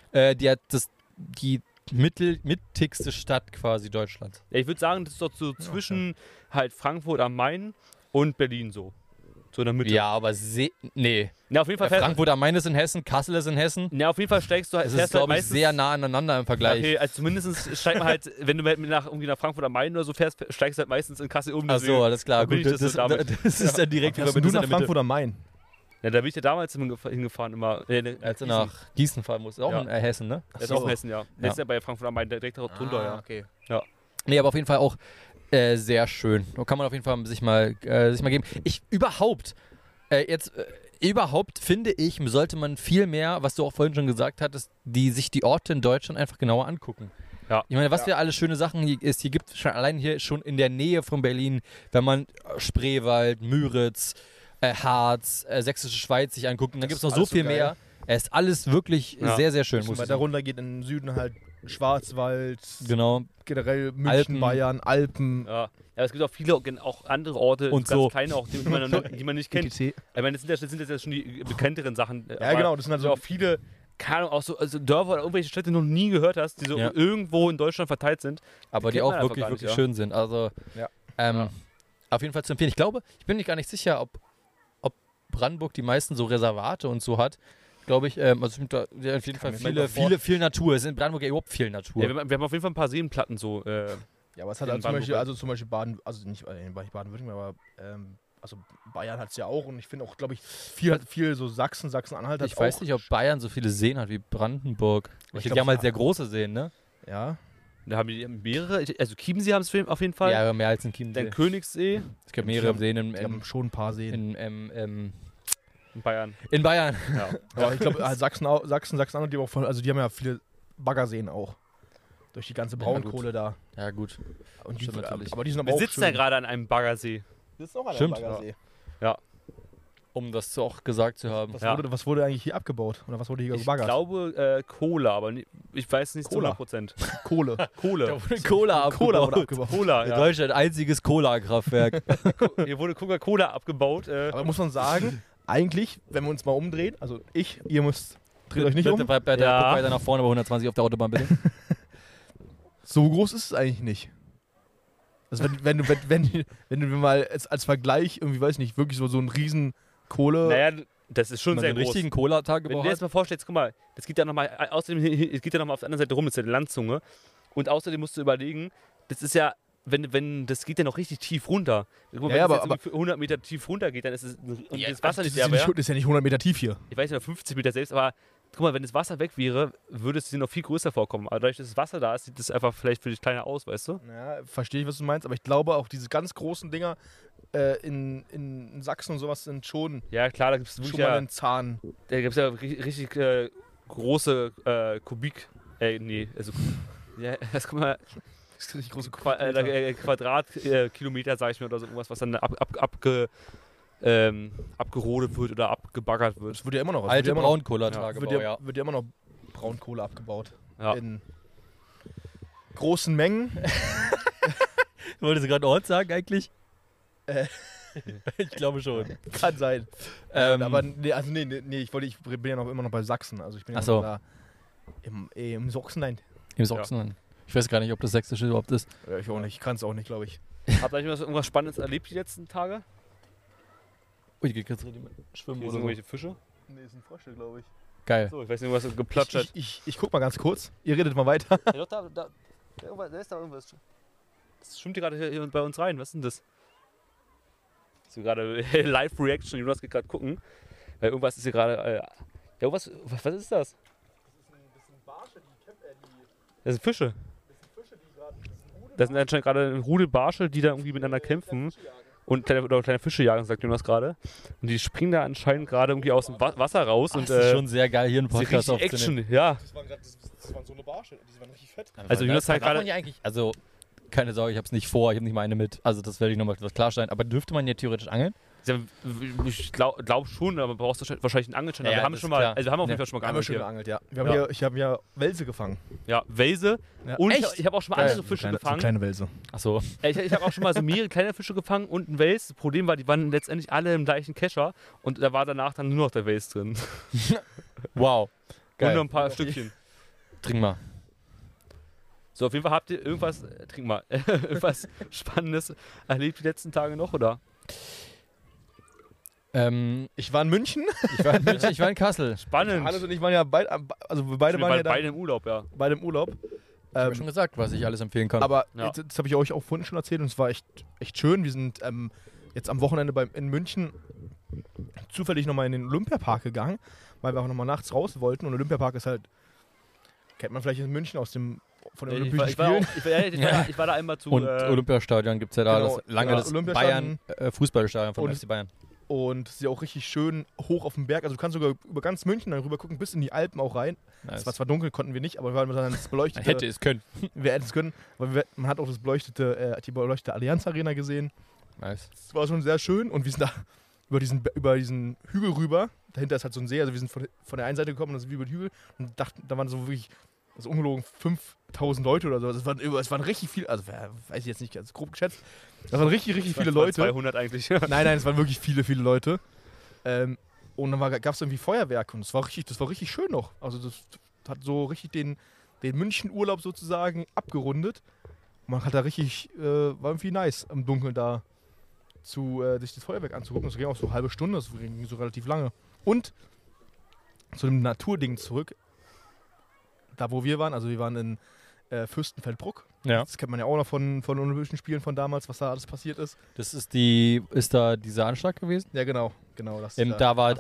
die mittigste Stadt quasi Deutschlands. Ja, ich würde sagen, das ist doch so zwischen halt Frankfurt am Main und Berlin so. So in der Mitte. Ja, aber nee. Na, auf jeden Fall Frankfurt am Main ist in Hessen, Kassel ist in Hessen. Ja, auf jeden Fall steigst du halt. Es ist, glaube ich, sehr nah aneinander im Vergleich. Okay, also zumindest steigt man halt, wenn du irgendwie nach Frankfurt am Main oder so fährst, steigst du halt meistens in Kassel um. Ach so, alles klar. Gut, das ist dann direkt über du nach Frankfurt am Main. Ja, da bin ich ja damals immer hingefahren, immer. Als du nach Gießen fahren musst. Auch Ja. in Hessen, ne? Das ist auch in Hessen, ja. Das ist ja bei Frankfurt am Main direkt drunter, ja. Okay. Nee, aber auf jeden Fall auch sehr schön. Da kann man auf jeden Fall sich mal geben. Überhaupt finde ich, sollte man viel mehr, was du auch vorhin schon gesagt hattest, sich die Orte in Deutschland einfach genauer angucken. Ja. Ich meine, was für alle schöne Sachen hier gibt schon allein hier schon in der Nähe von Berlin, wenn man Spreewald, Müritz, Harz, Sächsische Schweiz sich anguckt, und dann gibt es noch so alles so viel geil. mehr. Es ist alles wirklich sehr, sehr schön. Muss weiter runter geht im Süden halt Schwarzwald, Genau. generell München, Alpen. Bayern, Alpen. Ja, es gibt auch viele auch andere Orte, Und ganz so. kleine auch, die man nicht kennt. ETC. Ich meine, das sind jetzt schon die bekannteren Sachen. Ja, genau, das sind halt so auch viele, keine Ahnung, auch so also Dörfer oder irgendwelche Städte, die du noch nie gehört hast, die so Ja. irgendwo in Deutschland verteilt sind. Aber die kennt auch man einfach wirklich, gar nicht, wirklich ja. schön sind. Also Ja. auf jeden Fall zu empfehlen. Ich bin mir gar nicht sicher, ob Brandenburg die meisten so Reservate und so hat. Glaube ich, also es sind da auf jeden Fall viel Natur. Es ist in Brandenburg ja überhaupt viel Natur. Ja, wir haben auf jeden Fall ein paar Seenplatten so. Ja, aber es hat In halt zum Beispiel Brandenburg. Baden, also nicht Baden-Württemberg, aber also Bayern hat es ja auch und ich finde auch, glaube ich, viel so Sachsen-Anhalt hat Ich weiß auch. nicht, ob Bayern so viele Seen hat wie Brandenburg. Ich Die glaub, haben halt so- sehr große Seen, ne? Ja, Da haben die mehrere, also Chiemsee haben es auf jeden Fall. Ja, mehr als in Chiemsee. Dann Königssee Es gibt mehrere Die Seen die haben schon ein paar Seen. in Bayern. in Bayern. Ja. Aber ich glaube, Sachsen-Anhalt, die haben auch also die haben ja viele Baggerseen auch. Durch die ganze Braunkohle da. Ja, gut. Und Stimmt natürlich. Aber die sind aber Wir auch sitzen schön. ja gerade an einem Baggersee. Das ist auch ein Stimmt. Baggersee. Um das auch gesagt zu haben. Ja. Was wurde eigentlich hier abgebaut? Oder was wurde hier Ich gebaggert? glaube Kohle, aber ich weiß nicht zu Cola. 100%. Kohle. Kohle. Cola Cola wurde abgebaut. Cola, In ja. Deutschland einziges Cola-Kraftwerk. Hier wurde Coca-Cola abgebaut. Aber muss man sagen, eigentlich, wenn wir uns mal umdrehen, also ihr müsst, dreht euch nicht Bitte um, guck weiter nach vorne bei 120 auf der Autobahn, bitte. so groß ist es eigentlich nicht. Also wenn du mal als Vergleich irgendwie, weiß ich nicht, wirklich so einen riesen Kohle... Naja, das ist schon Wenn man sehr einen groß. richtigen Wenn du Cola-Tagebau dir jetzt hat. mal vorstellst, guck mal, das geht ja nochmal, außerdem, es geht ja nochmal auf der anderen Seite rum, das ist ja die Landzunge. Und außerdem musst du überlegen, das ist ja, das geht ja noch richtig tief runter. Guck mal, Ja, wenn ja, es jetzt aber- irgendwie 100 Meter tief runter geht, dann ist es, und Ja, das Wasser das nicht ist, leer wäre. das ist ja nicht 100 Meter tief hier. Ich weiß nicht, 50 Meter selbst, aber guck mal, wenn das Wasser weg wäre, würde es dir noch viel größer vorkommen. Aber dadurch, dass das Wasser da ist, sieht das einfach vielleicht für dich kleiner aus, weißt du? Ja, verstehe ich, was du meinst, aber ich glaube auch diese ganz großen Dinger in Sachsen und sowas sind schon Ja, klar, da gibt es schon wirklich mal ja, einen Zahn. da gibt's ja richtig große Kubik, also, ja, das guck mal, Das ist richtig große Quadratkilometer, sag ich mir, oder so irgendwas, was dann abgerodet wird oder abgebaggert wird. Das wird ja immer noch. Alte wird Braunkohler-Tagebau, ja immer noch Braunkohle abgebaut. Ja. In großen Mengen. Wolltest du gerade Ort sagen eigentlich? Ich glaube schon. Kann sein. Aber nee, ich bin ja immer noch bei Sachsen. Also ich bin ja Ach so. noch da im Sachsen, nein. Im Sachsen. Ich weiß gar nicht, ob das Sächsische überhaupt ist. Ja, ich auch nicht. Ich kann es auch nicht, glaube ich. Habt ihr eigentlich irgendwas Spannendes erlebt die letzten Tage? Ui, geht jetzt richtig mit Schwimmen Hier oder sind so. irgendwelche Fische? Nee, ist ein Frösche, glaube ich. Geil. So, ich weiß nicht, was so geplatschert. Ich guck mal ganz kurz. Ihr redet mal weiter. Ja, doch, da ist da irgendwas. Das schwimmt hier gerade hier bei uns rein. Was ist denn das? So gerade Live-Reaction. Jonas geht gerade gucken. Weil irgendwas ist hier gerade. Ja, was ist das? Das sind Fische. Das sind anscheinend gerade ein Rudel Barsche, die da irgendwie miteinander kämpfen. Und kleine Fische jagen, sagt Jonas gerade. Und die springen da anscheinend gerade irgendwie aus dem Wasser raus. Ach, und das ist schon sehr geil, hier einen das ist Podcast richtig aufzunehmen. Action, ja. Das waren so eine Barsche. Die waren richtig fett. Also Jonas hat darf man gerade. ja eigentlich, also keine Sorge, ich habe es nicht vor, ich habe nicht mal eine mit. Also das werde ich nochmal klarstellen. Aber dürfte man ja theoretisch angeln? Ich glaube schon, aber brauchst du wahrscheinlich einen Angelschein. Ja, aber wir haben das schon ist mal, klar. also wir haben auf jeden Ja. Fall schon mal Wir haben ja geangelt schon hier. geangelt, ja. Ja. Ich habe ja Welse gefangen. Ja, Welse. Ja. Und Echt? ich habe auch schon mal Geil. andere Fische So gefangen. kleine Welse. Achso. Ich habe auch schon mal so mehrere kleine Fische gefangen und einen Wels. Das Problem war, die waren letztendlich alle im gleichen Kescher und da war danach dann nur noch der Wels drin. Wow. Und nur Geil. ein paar Stückchen. Trink mal. So, auf jeden Fall habt ihr irgendwas, trink mal, irgendwas Spannendes erlebt die letzten Tage noch, oder? Ich war in München. Ich war in München, ich war in Kassel. Spannend. Hannes und ich waren ja beide, also wir beide Wir waren ja waren da beide im Urlaub, ja. beide im Urlaub. Ich habe schon gesagt, was ich alles empfehlen kann. Aber Ja. das habe ich euch auch vorhin schon erzählt und es war echt schön. Wir sind jetzt am Wochenende in München zufällig nochmal in den Olympiapark gegangen, weil wir auch nochmal nachts raus wollten. Und Olympiapark ist halt, kennt man vielleicht in München von den Olympischen Spielen. Ich war da einmal zu. Und Olympiastadion gibt es ja da, genau, das lange ja, das Olympiastadion. Fußballstadion von Und- FC Bayern. Und es ist ja auch richtig schön hoch auf dem Berg. Also du kannst sogar über ganz München dann rüber gucken, bis in die Alpen auch rein. Nice. Es war zwar dunkel, konnten wir nicht, aber wir waren dann das beleuchtete. Man hätte es können. Wir hätten es können, weil man hat auch das die beleuchtete Allianz Arena gesehen. Nice. Das war schon sehr schön und wir sind da über diesen Hügel rüber. Dahinter ist halt so ein See, also wir sind von der einen Seite gekommen und das ist wie über den Hügel und dachten, da waren so wirklich, also ungelogen 5000 Leute oder so. Es waren richtig viele, also weiß ich jetzt nicht, ganz grob geschätzt. Das waren richtig viele Leute. 200 eigentlich. Nein, es waren wirklich viele Leute. Und dann gab es irgendwie Feuerwerk und das war richtig schön noch. Also das hat so richtig den München-Urlaub sozusagen abgerundet. Und man hat da richtig, war irgendwie nice im Dunkeln da sich das Feuerwerk anzugucken. Das ging auch so eine halbe Stunde, das ging so relativ lange. Und zu dem Naturding zurück, da wo wir waren, also wir waren in Fürstenfeldbruck. Ja. Das kennt man ja auch noch von Olympischen Spielen von damals, was da alles passiert ist. Das ist da dieser Anschlag gewesen? Ja, genau. Das Da war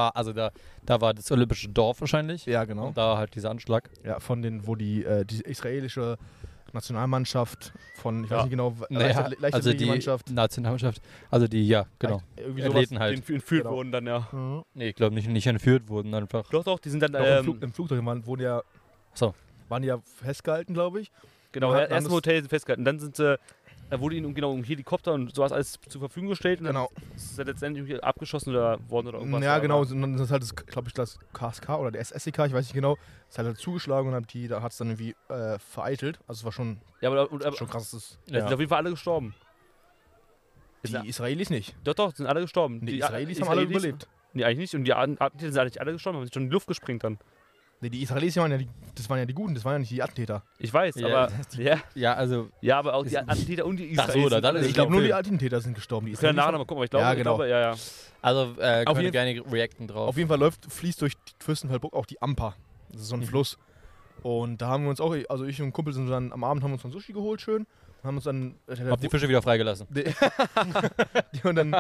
das olympische Dorf wahrscheinlich. ja, genau. Und da halt dieser Anschlag. Ja, wo die israelische Nationalmannschaft ich weiß nicht genau, Also die Mannschaft. Nationalmannschaft, also die, ja, genau. Irgendwie sowas. Athleten halt. Die entführt Genau. wurden dann, ja. Mhm. Nee, ich glaube nicht entführt wurden, einfach. Doch, die sind dann. Doch, im Flugzeug waren die ja festgehalten, glaube ich. Genau, Ja, erst im das- Hotel festgehalten. Dann wurde ihnen um Helikopter und sowas alles zur Verfügung gestellt. Und Genau. dann ist er letztendlich irgendwie abgeschossen worden oder irgendwas. Ja, war. genau. Und dann ist halt, glaube ich, das KSK oder der SSEK, ich weiß nicht genau, ist halt zugeschlagen und da hat es dann irgendwie vereitelt. Also es war schon Ja, aber schon krass. es sind auf jeden Fall alle gestorben. Die Israelis nicht. Doch, sind alle gestorben. Die Israelis haben alle überlebt. Nee, eigentlich nicht. Und die Attentäter sind eigentlich alle gestorben, haben sich schon in die Luft gesprengt dann. Nee, die Israelis waren ja die Guten, das waren ja nicht die Attentäter. Ich weiß, Ja, aber. Ja, also, Aber auch die Attentäter und die Ach so, Israelis. dann ist Ich es glaube, nur Film. die Attentäter sind gestorben. Die Ich kann Israelis nachher nochmal gucken, aber ich glaube, Ja, genau. ja. also können wir jeden- gerne reacten drauf. Auf jeden Fall fließt durch Fürstenfeldbruck auch die Amper. Das ist so ein Fluss. Und da haben wir uns auch, also ich und ein Kumpel sind dann am Abend haben wir uns dann Sushi geholt schön. Und haben uns dann Hab die Fische wieder freigelassen. und dann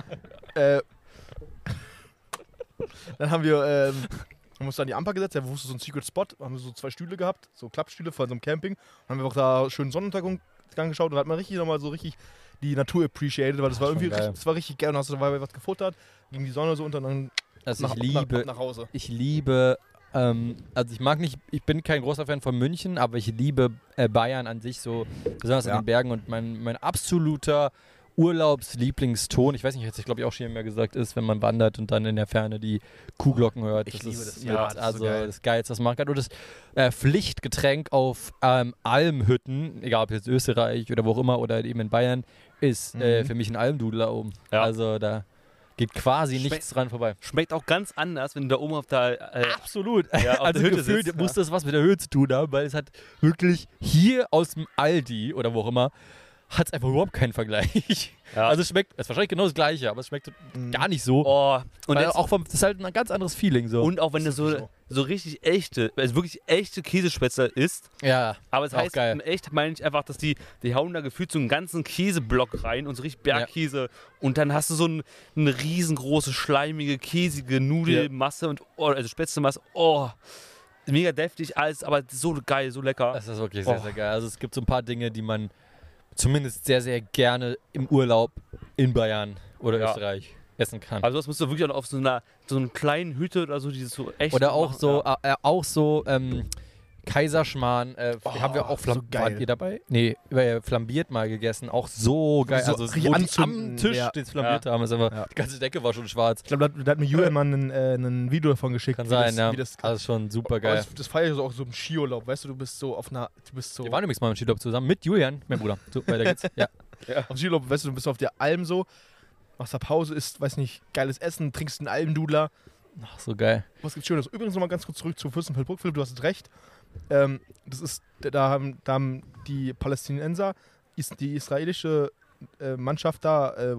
dann haben wir uns dann die Amper gesetzt, da wusste so ein Secret Spot, haben wir so 2 Stühle gehabt, so Klappstühle von so einem Camping. Dann haben wir auch da schön Sonnenuntergang geschaut und da hat man nochmal so richtig die Natur appreciated, weil das war schon irgendwie geil. richtig, das war richtig geil und hast du dabei was gefuttert, ging die Sonne so unter und dann Also ich nach Hause. liebe, also ich bin kein großer Fan von München, aber ich liebe Bayern an sich so, besonders in Ja. den Bergen und mein absoluter Urlaubslieblingston, ich weiß nicht, ich glaube ich auch schon mehr gesagt ist, wenn man wandert und dann in der Ferne die Kuhglocken hört. Ich das liebe ist das. Ja, das ist so also geil. das Geilste, was man kann. Und das Pflichtgetränk auf Almhütten, egal ob jetzt Österreich oder wo auch immer oder eben in Bayern, ist für mich ein Almdudler oben. Ja. Also da geht quasi nichts dran vorbei. Schmeckt auch ganz anders, wenn du da oben auf der Absolut. Ja, auf Also der Hütte gefühlt sitzt, muss das was mit der Höhe zu tun haben, weil es hat wirklich hier aus dem Aldi oder wo auch immer, hat es einfach überhaupt keinen Vergleich. Ja. Also es schmeckt, es ist wahrscheinlich genau das Gleiche, aber es schmeckt gar nicht so. Oh, und Weil jetzt, auch das ist halt ein ganz anderes Feeling so. und auch wenn du so richtig echte, also wirklich echte Käsespätzle isst, ja, aber es Auch heißt, geil. im echt meine ich einfach, dass die hauen da gefühlt so einen ganzen Käseblock rein und so richtig Bergkäse und dann hast du so eine riesengroße, schleimige, käsige Nudelmasse und also Spätzlemasse, mega deftig alles, aber so geil, so lecker. das ist wirklich sehr, sehr geil. Also es gibt so ein paar Dinge, die man zumindest sehr, sehr gerne im Urlaub in Bayern oder Ja. Österreich essen kann. Also das musst du wirklich auch auf so einer kleinen Hütte oder so, dieses so echt Oder auch machen, so, Kaiserschmarrn, haben wir auch so geil. Wart ihr dabei? Nee, flambiert mal gegessen, auch so geil. So Also richtig wo die anzünden, am Tisch ja. das flambiert haben, ist einfach, Ja. die ganze Decke war schon schwarz. Ich glaube, da hat mir Julian mal ein Video davon geschickt. Kann wie sein, das, ja. Wie das, Also schon super aber geil. das feiere ich so auch so im Skiurlaub, weißt du bist so auf einer, Wir waren übrigens mal im Skilop zusammen mit Julian, mein Bruder. So, weiter geht's. Ja. auf Skiurlaub, weißt du bist auf der Alm so, machst da Pause, isst, weiß nicht, geiles Essen, trinkst einen Almdudler. Ach, so geil. Was gibt's Schönes? Übrigens nochmal ganz kurz zurück zu Fürstenfeldbruck, Philipp, du hast recht. Das ist, da haben die Palästinenser die israelische Mannschaft da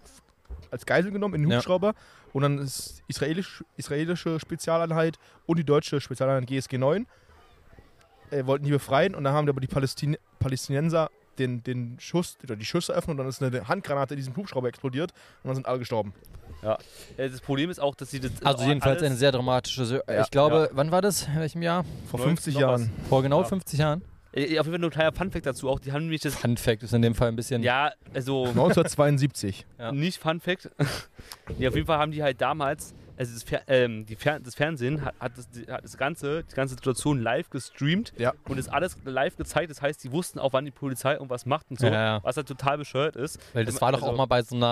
als Geisel genommen in den Ja. Hubschrauber und dann ist israelische Spezialeinheit und die deutsche Spezialeinheit GSG 9 wollten die befreien und dann haben aber die Palästinenser den Schuss oder die Schüsse öffnen und dann ist eine Handgranate in diesem Hubschrauber explodiert und dann sind alle gestorben. Ja. Das Problem ist auch, dass sie das. Also jedenfalls eine sehr dramatische. Ich glaube, wann war das? In welchem Jahr? Vor 90 50 noch Jahren. Vor genau 50 Jahren? Auf jeden Fall nur ein kleiner Funfact dazu auch. Die haben nämlich das. Fun Fact ist in dem Fall ein bisschen. Ja, also 1972. Ja. nicht Funfact. Nee, auf jeden Fall haben die halt damals. Also das Fernsehen hat die ganze Situation live gestreamt Ja. und ist alles live gezeigt. Das heißt, die wussten auch, wann die Polizei irgendwas macht und so, Ja. was halt total bescheuert ist. Weil das war doch auch mal bei so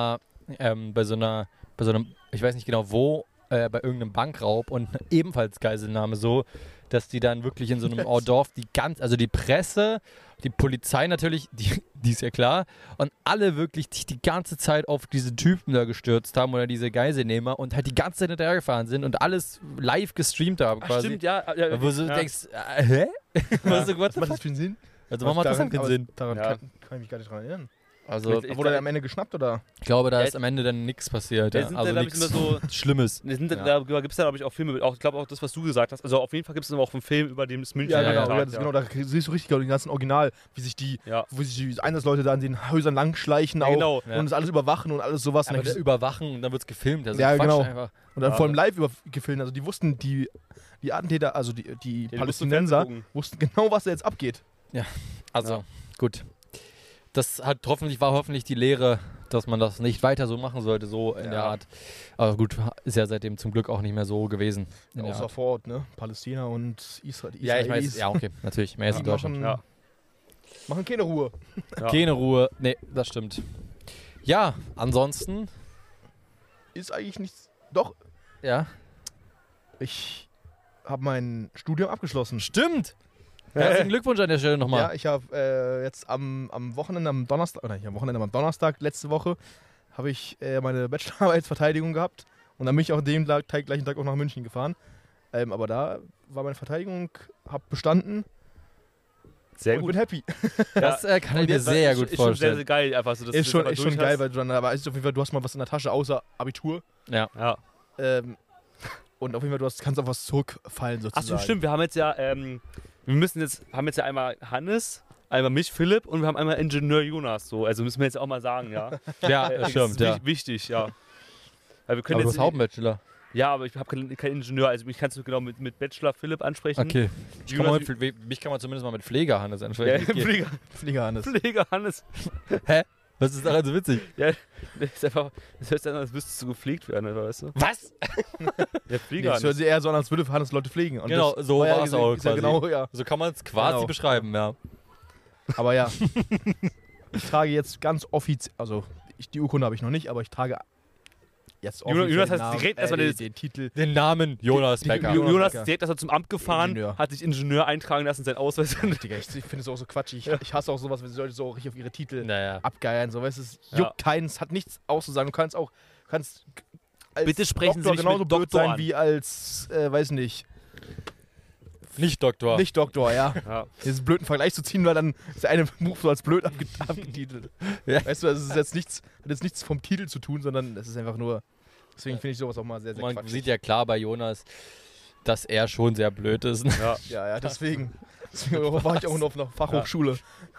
einem, ich weiß nicht genau wo, bei irgendeinem Bankraub und ebenfalls Geiselnahme so, dass die dann wirklich in so einem Dorf also die Presse, die Polizei natürlich, die ist ja klar, und alle wirklich sich die ganze Zeit auf diese Typen da gestürzt haben oder diese Geiselnehmer und halt die ganze Zeit hinterhergefahren sind und alles live gestreamt haben quasi. Stimmt, ja. Wo du denkst, hä? Was so, what the Was macht fuck? das für einen Sinn? Also warum hat das denn keinen Sinn? Daran Ja. kann ich mich gar nicht dran erinnern. Also Wurde er am Ende geschnappt oder? ich glaube, da Ja, ist am Ende dann nichts passiert. da Ja. sind Also da, glaub ich, nichts immer so. Schlimmes. Da gibt es da, glaube ich, auch Filme mit. Auch, ich glaube auch das, was du gesagt hast. Also auf jeden Fall gibt es auch einen Film über den München. Ja, Ja, genau. ja, Ja, das genau. Da siehst du richtig, glaube ich, den ganzen Original, wie sich die Einsatzleute da an den Häusern langschleichen Ja, auch genau. Ja. und das alles überwachen und alles sowas. Aber Und das dann, überwachen und dann wird es gefilmt. Also Ja, Quatsch genau. Einfach. und dann Ja. vor allem live gefilmt. Also die wussten, die Attentäter, also die die mussten Palästinenser, Fernsehen gucken. wussten genau, was da jetzt abgeht. Also, gut. Das war hoffentlich die Lehre, dass man das nicht weiter so machen sollte, so in der Art. Aber gut, ist ja seitdem zum Glück auch nicht mehr so gewesen. in der Außer Art. vor Ort, ne? Palästina und Israel. Ja, ich weiß, ja, okay, natürlich. Mehr ist in die Deutschland. machen keine Ruhe. Ja. Keine Ruhe. Nee, das stimmt. Ja, ansonsten, Ist eigentlich nichts. Doch, ja. ich habe mein Studium abgeschlossen. Stimmt! Herzlichen Glückwunsch an der Stelle nochmal. Ja, ich habe jetzt am Wochenende, am Donnerstag letzte Woche, habe ich meine Bachelorarbeitsverteidigung gehabt und dann bin ich auch den gleichen Tag auch nach München gefahren. Aber da war meine Verteidigung, habe bestanden Sehr und gut. bin happy. Das kann ich mir jetzt sehr ist, gut ist schon sehr, vorstellen. sehr geil. Einfach so, dass Ist du schon, das ist einfach schon durch geil, hast. weil du dann, aber es ist auf jeden Fall, du hast mal was in der Tasche außer Abitur. Ja. Ja. Und auf jeden Fall, kannst auf was zurückfallen sozusagen. Achso, stimmt. Wir haben jetzt ja, haben jetzt ja einmal Hannes, einmal mich, Philipp, und wir haben einmal Ingenieur Jonas. So. Also müssen wir jetzt auch mal sagen, ja. Ja, Das stimmt, ist ja. wichtig, ja. Weil wir können Aber du jetzt hast Hauptbachelor. ja, aber ich habe keinen Ingenieur, also mich kannst du genau mit Bachelor Philipp ansprechen. Okay. Jonas- Mich kann man zumindest mal mit Pfleger Hannes ansprechen. Ja, Flieger Hannes. Pfleger Hannes. Was ist daran so witzig? Ja, das ist einfach, das hört sich an, als müsstest du gepflegt werden, weißt du? Was? Der Nee, Pfleger es hört sich eher so an, als würde Hannes Leute pflegen. Und Genau, das so war ja war es auch ist ja quasi. genau, ja. So kann man es quasi Genau. beschreiben, ja. Aber ja, ich trage jetzt ganz offiziell, also die Urkunde habe ich noch nicht, aber ich trage jetzt offiziell Jonas hat den Namen, direkt erstmal den Titel. Den Namen Jonas Becker. Jonas Jonas Becker. ist direkt, dass er zum Amt gefahren, Ingenieur. hat sich Ingenieur eintragen lassen, sein Ausweis. Digga, ich finde es auch so quatschig. Ich hasse auch sowas, wenn die Leute so richtig auf ihre Titel Naja. abgeiern. So, weißt du, es Ja. juckt keinen, es hat nichts auszusagen. Du kannst als Bitte sprechen Sie Doktor mich genauso mit blöd Doktor sein an. wie als, weiß nicht, Nicht Doktor. nicht Doktor, ja. Ja. Diesen blöden Vergleich zu ziehen, weil dann ist der eine Buch so als blöd abgetitelt. Ja. Weißt du, das ist jetzt nichts, hat jetzt nichts vom Titel zu tun, sondern es ist einfach nur. Deswegen finde ich sowas auch mal sehr, sehr Man quatschig. sieht ja klar bei Jonas, dass er schon sehr blöd ist. Ja. Ja, deswegen war ich auch noch auf einer Fachhochschule.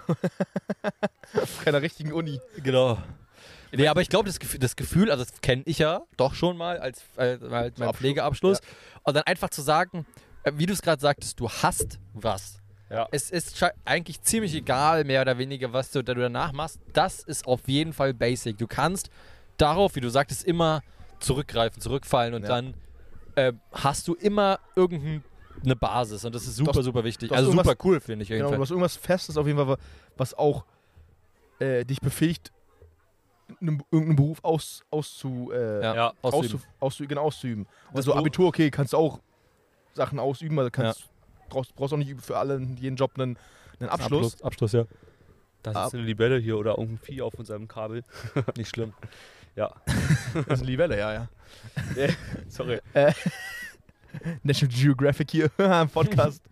Auf keiner richtigen Uni. Genau. Nee, aber ich glaube, das Gefühl, also das kenne ich ja doch schon mal als halt mein Abschluss. Pflegeabschluss. Und dann einfach zu sagen, wie du es gerade sagtest, du hast was. Ja. Es ist eigentlich ziemlich egal, mehr oder weniger, was du danach machst. Das ist auf jeden Fall basic. Du kannst darauf, wie du sagtest, immer zurückgreifen, zurückfallen und Ja. dann hast du immer irgendeine Basis. Und das ist super, Du hast- super wichtig. du hast Also super irgendwas- cool, finde ich. Genau, du Fall. hast irgendwas Festes auf jeden Fall, was auch dich befähigt, irgendeinen Beruf auszuüben. Ja, ausüben. auszuüben. Das Also Beruf- Abitur, okay, kannst du auch Sachen ausüben, also brauchst auch nicht für jeden Job einen Abschluss. Abschluss, ja. Da ist eine Libelle hier oder irgendein Vieh auf unserem Kabel. Nicht schlimm. Ja. Das ist die Welle, ja. Sorry. National Geographic hier im Podcast.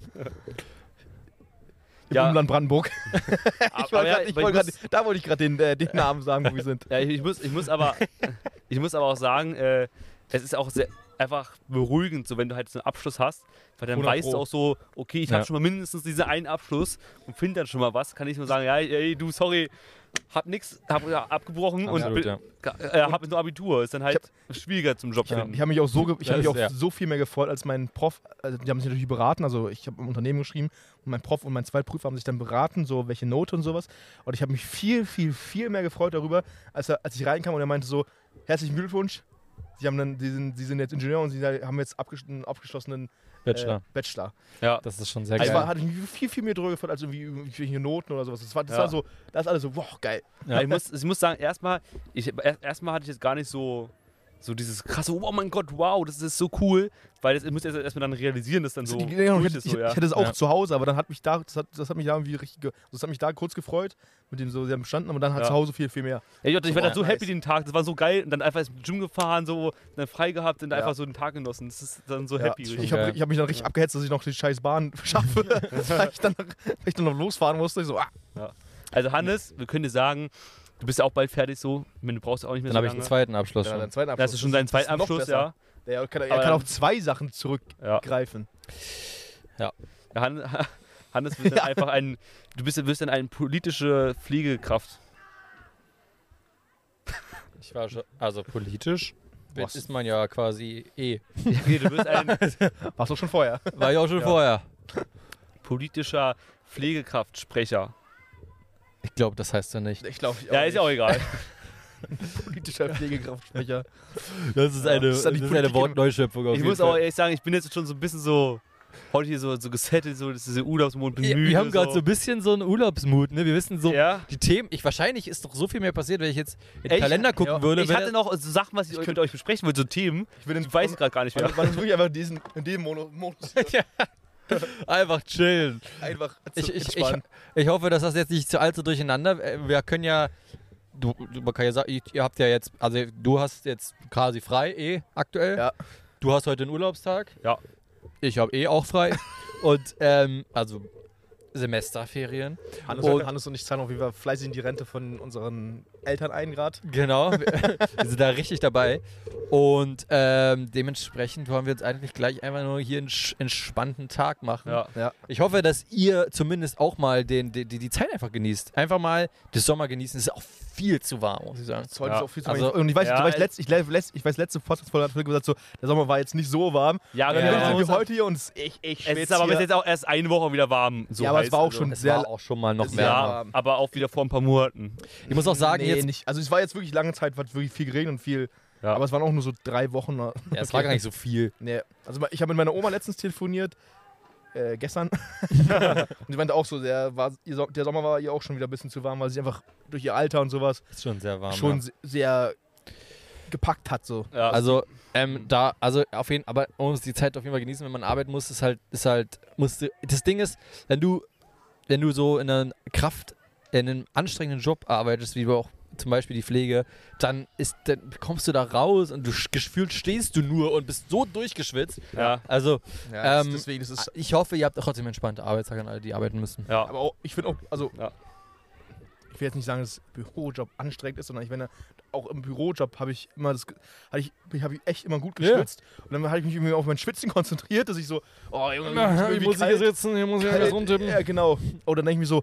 Im Ja. Umland Brandenburg. Aber Da wollte ich gerade den Namen sagen, wo wir sind. ja, ich muss aber auch sagen, es ist auch sehr, einfach beruhigend, so wenn du halt so einen Abschluss hast, weil dann 100%. weißt du auch so, okay, ich habe schon mal mindestens diesen einen Abschluss und finde dann schon mal was, kann ich nur sagen, ja, ey, du, sorry, hab nix, hab abgebrochen Absolut, und hab nur Abitur, ist dann halt schwieriger zum Job finden. Ich habe mich auch Ja. so viel mehr gefreut, als mein Prof, also die haben sich natürlich beraten, also ich habe im Unternehmen geschrieben und mein Prof und mein Zweitprüfer haben sich dann beraten, so welche Note und sowas. Und ich habe mich viel, viel, viel mehr gefreut darüber, als ich reinkam und er meinte so, herzlichen Glückwunsch, Sie sind jetzt Ingenieur und Sie haben jetzt einen abgeschlossenen Bachelor. Ja. Das ist schon sehr Also geil. hatte ich mich viel, viel mehr drüber gefreut, als irgendwie irgendwelche Noten oder sowas. Das war so, das ist alles so, wow, geil. Ja. Ich muss sagen, erstmal hatte ich jetzt gar nicht so dieses krasse, oh mein Gott, wow, das ist so cool, weil ich muss erstmal dann realisieren, dass dann so Ich ist. hatte es auch Ja. zu Hause, aber dann hat mich da, das hat mich da irgendwie richtig, das hat mich da kurz gefreut, mit dem so sehr bestanden, aber dann hat zu Hause viel, viel mehr. Ja, ich war dann so nice. happy den Tag, das war so geil und dann einfach ins Gym gefahren, so, dann frei gehabt und einfach so den Tag genossen. Das ist dann so happy. Ich habe mich dann richtig abgehetzt, dass ich noch die scheiß Bahn schaffe, weil ich dann noch losfahren musste. Ich so, Also Hannes, wir können dir sagen, du bist ja auch bald fertig so, ich meine, du brauchst ja auch nicht mehr Dann so habe ich lange. einen zweiten Abschluss ja, schon. dein zweiten Abschluss. Das ist schon dein zweiter noch Abschluss, besser. ja. Er kann Aber auf 2 Sachen zurückgreifen. Hannes wird dann einfach wirst dann eine politische Pflegekraft. Ich war schon, also politisch Was? ist man ja quasi Okay, du wirst ein Warst du schon vorher? War ich auch schon vorher. politischer Pflegekraftsprecher. Ich glaube, das heißt ja nicht. Ich glaube, Ja, ist ja auch egal. politischer Pflegekraftsprecher. Das ist eine- das ist die Politik- Wortneuschöpfung. Ich muss auch ehrlich sagen, ich bin jetzt schon so ein bisschen so, heute hier so gesettelt, so das ist diese Urlaubsmond bemüht. Wir haben gerade so ein bisschen so einen Urlaubsmut, ne? Wir wissen so, Ja. die Themen, wahrscheinlich ist doch so viel mehr passiert, wenn ich jetzt in den Echt? Kalender gucken Ja. würde. Ich wenn hatte noch so Sachen, was ich mit euch besprechen wollte, so Themen. Ich weiß gerade gar nicht mehr. Man ist wirklich einfach in dem Modus einfach chillen. einfach Ich hoffe, dass das jetzt nicht zu allzu durcheinander. Wir können ja, man kann ja sagen, ihr habt ja jetzt, also du hast jetzt quasi frei aktuell. Ja. Du hast heute einen Urlaubstag. Ja. Ich habe auch frei. Und also Semesterferien. Hannes und ich zahlen auf jeden Fall fleißig in die Rente von unseren Eltern ein Grad. Genau, wir sind da richtig dabei. Und dementsprechend wollen wir jetzt eigentlich gleich einfach nur hier einen entspannten Tag machen. Ja. Ich hoffe, dass ihr zumindest auch mal die Zeit einfach genießt. Einfach mal den Sommer genießen. Es ist auch viel zu warm, muss ich sagen. Das heute Ja. ist auch viel zu Also- warm. Und ich weiß, Ja, letzte Podcast-Folge hat Philipp gesagt, so, der Sommer war jetzt nicht so warm. Ja, Dann genau. sind wir heute hier und es ist echt Es schwitzt ist aber bis hier. jetzt auch erst eine Woche wieder warm. So Ja, aber es heiß, war auch also. schon Es sehr war auch schon mal noch es wärmer. war- Ja, aber auch wieder vor ein paar Monaten. Ich muss auch sagen, nee, jetzt, nicht. Also es war jetzt wirklich lange Zeit, hat wirklich viel geregnet und viel. Ja. Aber es waren auch nur so 3 Wochen. ja, es war gar nicht so viel. Nee. Also ich habe mit meiner Oma letztens telefoniert. Gestern. Und sie meinte auch so, der Sommer war ihr auch schon wieder ein bisschen zu warm, weil sie einfach durch ihr Alter und sowas Ist schon sehr warm. schon ja. sehr gepackt hat. So. Ja. Also, auf jeden Fall, aber man muss die Zeit auf jeden Fall genießen, wenn man arbeiten muss, das Ding ist, wenn du so in einem anstrengenden Job arbeitest, wie du auch zum Beispiel die Pflege, dann kommst du da raus und gefühlt stehst du nur und bist so durchgeschwitzt. Ja. Also, Ja, deswegen ist es. ich hoffe, ihr habt trotzdem entspannte Arbeitstage an alle, die arbeiten müssen. Ja. Aber auch, ich finde auch, also. Ja. Ich will jetzt nicht sagen, dass Bürojob anstrengend ist, sondern ich finde, auch im Bürojob habe ich immer habe ich echt immer gut Ja. geschwitzt. Und dann habe ich mich irgendwie auf mein Schwitzen konzentriert, dass ich so, oh Junge, Hier sitzen, hier muss Ja, genau. Oder dann denke ich mir so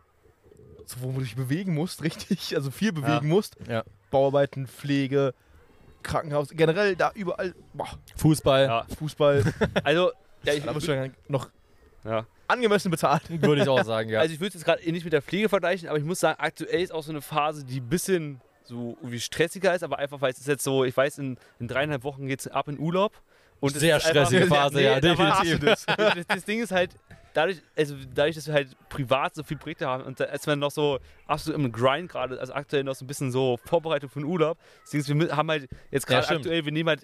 wo du dich bewegen musst, richtig, also viel bewegen musst. Ja. Bauarbeiten, Pflege, Krankenhaus, generell da überall, Fußball, Ja. Fußball, Also, ja, da wirst du ja noch ja. angemessen bezahlt. würde ich auch sagen, ja. Also ich würde es jetzt gerade nicht mit der Pflege vergleichen, aber ich muss sagen, aktuell ist auch so eine Phase, die ein bisschen so irgendwie stressiger ist, aber einfach, weil es ist jetzt so, ich weiß, in 3,5 Wochen geht es ab in Urlaub. Und es Sehr ist einfach- stressige Phase, ja, da war- definitiv. Das Ding ist halt, dadurch, dass wir halt privat so viele Projekte haben und da ist man noch so absolut im Grind gerade, also aktuell noch so ein bisschen so Vorbereitung für den Urlaub. Das Ding ist, wir haben halt jetzt gerade stimmt. aktuell, wir nehmen halt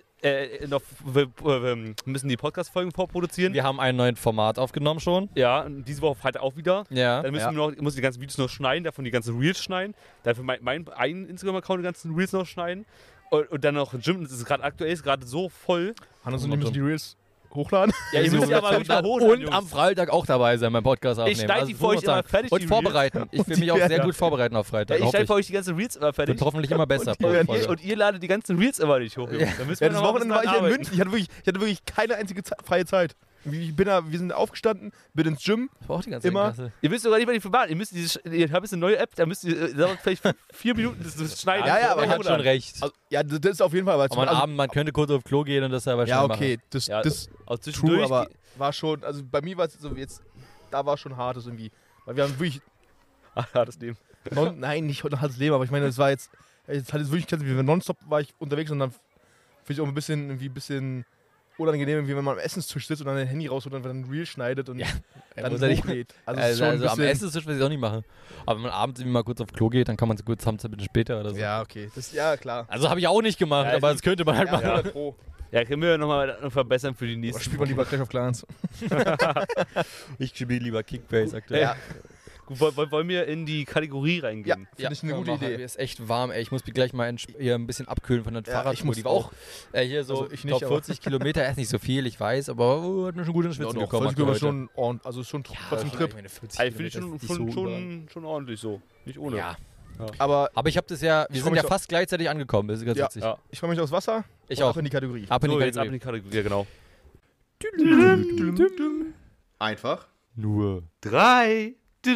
wir müssen die Podcast-Folgen vorproduzieren. Wir haben ein neues Format aufgenommen schon. Ja, und diese Woche Freitag auch wieder. Ja. Dann muss ich die ganzen Videos noch schneiden, davon die ganzen Reels schneiden. Dann für meinen einen Instagram-Account die ganzen Reels noch schneiden. Und dann noch Gym, das ist gerade aktuell, ist gerade so voll. Hannes und die müssen die Reels hochladen. Ja, ihr müsst ja mal wirklich mal hochladen, und Jungs. am Freitag auch dabei sein beim Podcast aufnehmen. Ich schneide die für euch immer fertig, und die vorbereiten. Ich will mich auch sehr gut vorbereiten auf Freitag. Ja, ich schneide für euch die ganzen Reels immer fertig. Wird hoffentlich immer besser. Und ihr- pro Folge. Und ihr ladet die ganzen Reels immer nicht hoch, Jungs. Da müssen Ja, wir das noch mal Wochenende war ich ein ja in bisschen München. Ich hatte wirklich keine einzige freie Zeit. Wir sind aufgestanden, bin ins Gym. Ich brauch die ganze Immer. Klasse. Ihr müsst sogar nicht mal die verbaten. Ihr habt jetzt eine neue App, da müsst ihr dauert vielleicht 4 Minuten das schneiden. Ja, aber Er hat schon recht. Also, ja, das ist auf jeden Fall. Aber Aber am Abend, man könnte kurz auf Klo gehen und das aber ja, schnell okay, das Ja, das auch true, zwischendurch. aber war schon, also bei mir war es so jetzt, da war schon hartes irgendwie. Weil wir haben wirklich, das Leben. nein, nicht ein hartes Leben, aber ich meine, das war jetzt hat es wirklich, wie nonstop war ich unterwegs und dann finde ich auch ein bisschen unangenehm, wie wenn man am Essenstisch sitzt und dann ein Handy rausholt und dann ein Reel schneidet und dann muss er nicht- hochlädt. Also, es ist schon ein am bisschen, Essenstisch will ich auch nicht machen. Aber wenn man abends irgendwie mal kurz auf Klo geht, dann kann man es kurz haben, ein bisschen später oder so. ja, okay, ja, klar. Also habe ich auch nicht gemacht, Ja, aber das könnte man halt Ja, machen. 100 Pro. Ja, können wir nochmal verbessern für die Oder nächsten. spielt man lieber Clash of Clans. Ich spiele lieber Kickbase aktuell. Ja. Gut, wollen wir in die Kategorie reingehen? Finde ich eine gute Idee. Mir ist echt warm, ey. Ich muss mich gleich mal hier ein bisschen abkühlen von der Ja, Fahrradtour. ich muss Die war auch hier so, Also ich ich nicht, glaube 40 Kilometer, ist nicht so viel, ich weiß, aber hat mir schon gut ins Schwitzen gekommen. Voll heute. schon also ist schon trotzdem Trip. Ich meine, 40 Also, finde ich Kilometer ist nicht schon, so schon ordentlich so. Nicht ohne. Ja. Aber Aber ich habe das ja, wir Ich freu sind mich ja fast gleichzeitig angekommen, das ist ganz Ja. witzig. Ja. ich freue mich aufs Wasser. Ich und auch. Ab in die Kategorie. Ab in die So, jetzt ab in Kategorie. die Kategorie, ja, genau. Einfach. Nur. 3.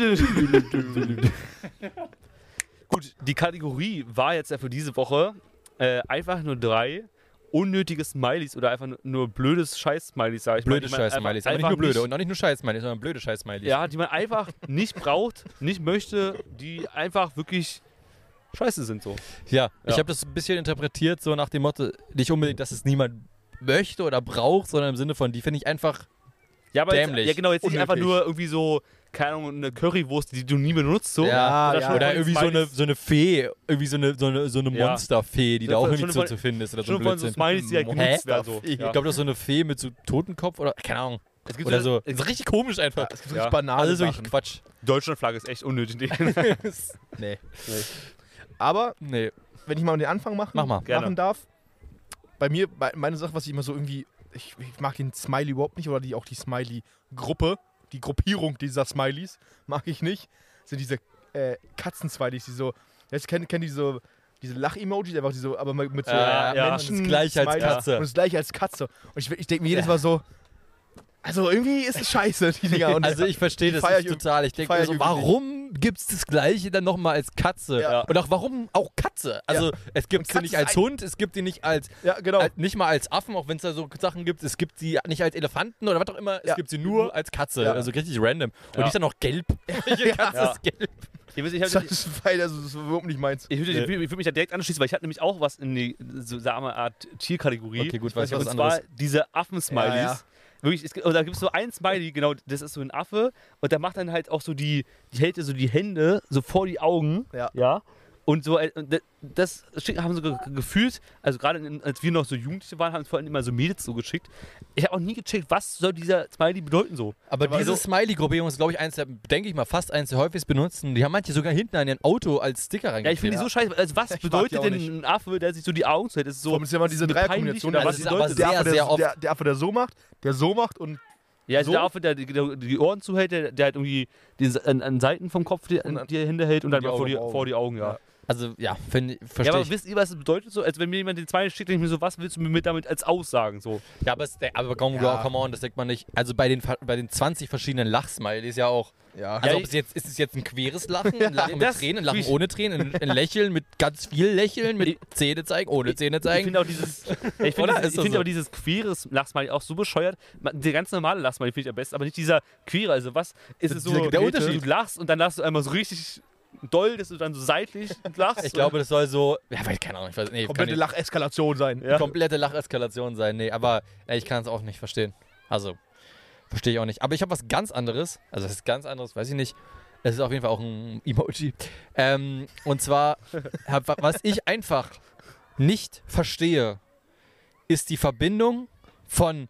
Gut, die Kategorie war jetzt ja für diese Woche einfach nur 3 unnötige Smileys oder einfach nur blödes Scheiß-Smileys, sag ich mal. Blöde die man Scheiß-Smileys, aber nicht einfach nur blöde und auch nicht nur Scheiß-Smileys, sondern blöde Scheiß-Smileys. Ja, die man einfach nicht braucht, nicht möchte, die einfach wirklich scheiße sind so. Ja, ich Ja. habe das ein bisschen interpretiert, so nach dem Motto, nicht unbedingt, dass es niemand möchte oder braucht, sondern im Sinne von, die finde ich einfach, Ja, aber Dämlich. Jetzt, ja genau, jetzt nicht einfach Unnötig. nur irgendwie so, keine Ahnung, eine Currywurst, die du nie benutzt, so. Ja, Oder schon oder von irgendwie Smileys- so eine Fee, irgendwie so eine Ja. Monsterfee, die Schon da auch von- irgendwie schon so von- zu finden ist oder so ein Schon von so Blödsinn. Smileys, die halt Hä? genutzt werden, so. Ich glaube, das ist so eine Fee mit so Totenkopf oder, keine Ahnung. Es gibt Oder so. es Das ist richtig komisch einfach. Es gibt Ja. wirklich banale Also ist wirklich Sachen. Quatsch. Deutschlandflagge ist echt unnötig. Nee. Aber Nee. wenn ich mal den Anfang Mach mal. Gerne. machen darf, bei mir, meine Sache, was ich immer so irgendwie, ich mag den Smiley überhaupt nicht oder auch die Smiley-Gruppe, die Gruppierung dieser Smileys mag ich nicht, sind diese Katzen-Smileys, die so, jetzt kennt diese Lach-Emojis, einfach diese, aber mit so Ja, ja. Menschen. Das Gleiche als Smileys Katze. Und das gleiche als Katze. Und ich denke mir jedes Mal so, also irgendwie ist es scheiße, die Dinger. Und Also ich verstehe das feier nicht ich- total. Ich denke feier mir so, ich irgendwie warum gibt es das Gleiche dann nochmal als Katze? Ja. Und auch warum auch Katze? Also es gibt Und sie nicht Katze als ist Hund, es gibt sie nicht als, ja, genau. nicht mal als Affen, auch wenn es da so Sachen gibt. Es gibt sie nicht als Elefanten oder was auch immer. Es Ja. gibt sie nur als Katze. Ja. Also richtig random. Und Ja. die ist dann noch gelb. Welche Katze Ja. ist gelb? Ich Das ist weil, also, das ist überhaupt nicht meins. würde mich da direkt anschließen, weil ich hatte nämlich auch was in die, so sagen wir, Art Tierkategorie. Okay, gut, weiß ich Und was zwar anderes. diese Affen-Smileys. Ja, ja. Wirklich, und da gibt es so ein Smiley, genau, das ist so ein Affe und der macht dann halt auch so die hält so die Hände so vor die Augen. Ja. Und so, das haben so gefühlt, also gerade als wir noch so Jugendliche waren, haben es vor allem immer so Mädels so geschickt. Ich habe auch nie gecheckt, was soll dieser Smiley bedeuten so. Aber Aber diese so- Smiley-Gruppierung ist, glaube ich, eins der, denke ich mal, fast eins der häufigst benutzten. Die haben manche sogar hinten an ihren Auto als Sticker Ja, reingeklebt. ich finde die so scheiße. Also was Ich mag die bedeutet auch denn nicht. ein Affe, der sich so die Augen zuhält? Das ist so. Vor allem ist ja immer diese so Dreierkombination, peinlich, was was ist aber bedeutet sehr, das? Affe, sehr oft. der Affe, der so macht und Ja, also so? der Affe, der die Ohren zuhält, der halt irgendwie an Seiten vom Kopf die er hinterhält und dann die mal Augen. vor die Augen, ja. Also, ja, Ja, verstehe aber ich. wisst ihr, was das bedeutet so? Als wenn mir jemand den Smiley schickt, denke ich mir so, was willst du mir damit als Aussagen so? Ja, aber come on, das denkt man nicht. Also bei den 20 verschiedenen Lachsmileys ja auch. ja. Also Ja, ist es jetzt ein queres Lachen, ein Lachen mit das- Tränen, ein Lachen ich- ohne Tränen, ein Lächeln mit ganz viel Lächeln, mit Zähne zeigen, ohne Zähne Ich zeigen. finde auch dieses, ich finde Oder? Ist doch so. aber dieses queeres Lachsmiley auch so bescheuert. Der ganz normale Lachsmiley finde ich am besten, aber nicht dieser queere. Also was ist es so? Dieser der Gewählte. Unterschied. Du lachst und dann lachst du einmal so richtig doll, dass du dann so seitlich lachst. Ich glaube, das soll so, ja, keine Ahnung, ich weiß nee, komplette kann Lacheskalation sein. nicht, Ja. komplette Lacheskalation sein. Nee, aber ich kann es auch nicht verstehen. Also, verstehe ich auch nicht. Aber ich habe was ganz anderes, also das ist ganz anderes, weiß ich nicht. Es ist auf jeden Fall auch ein Emoji. Und zwar, was ich einfach nicht verstehe, ist die Verbindung von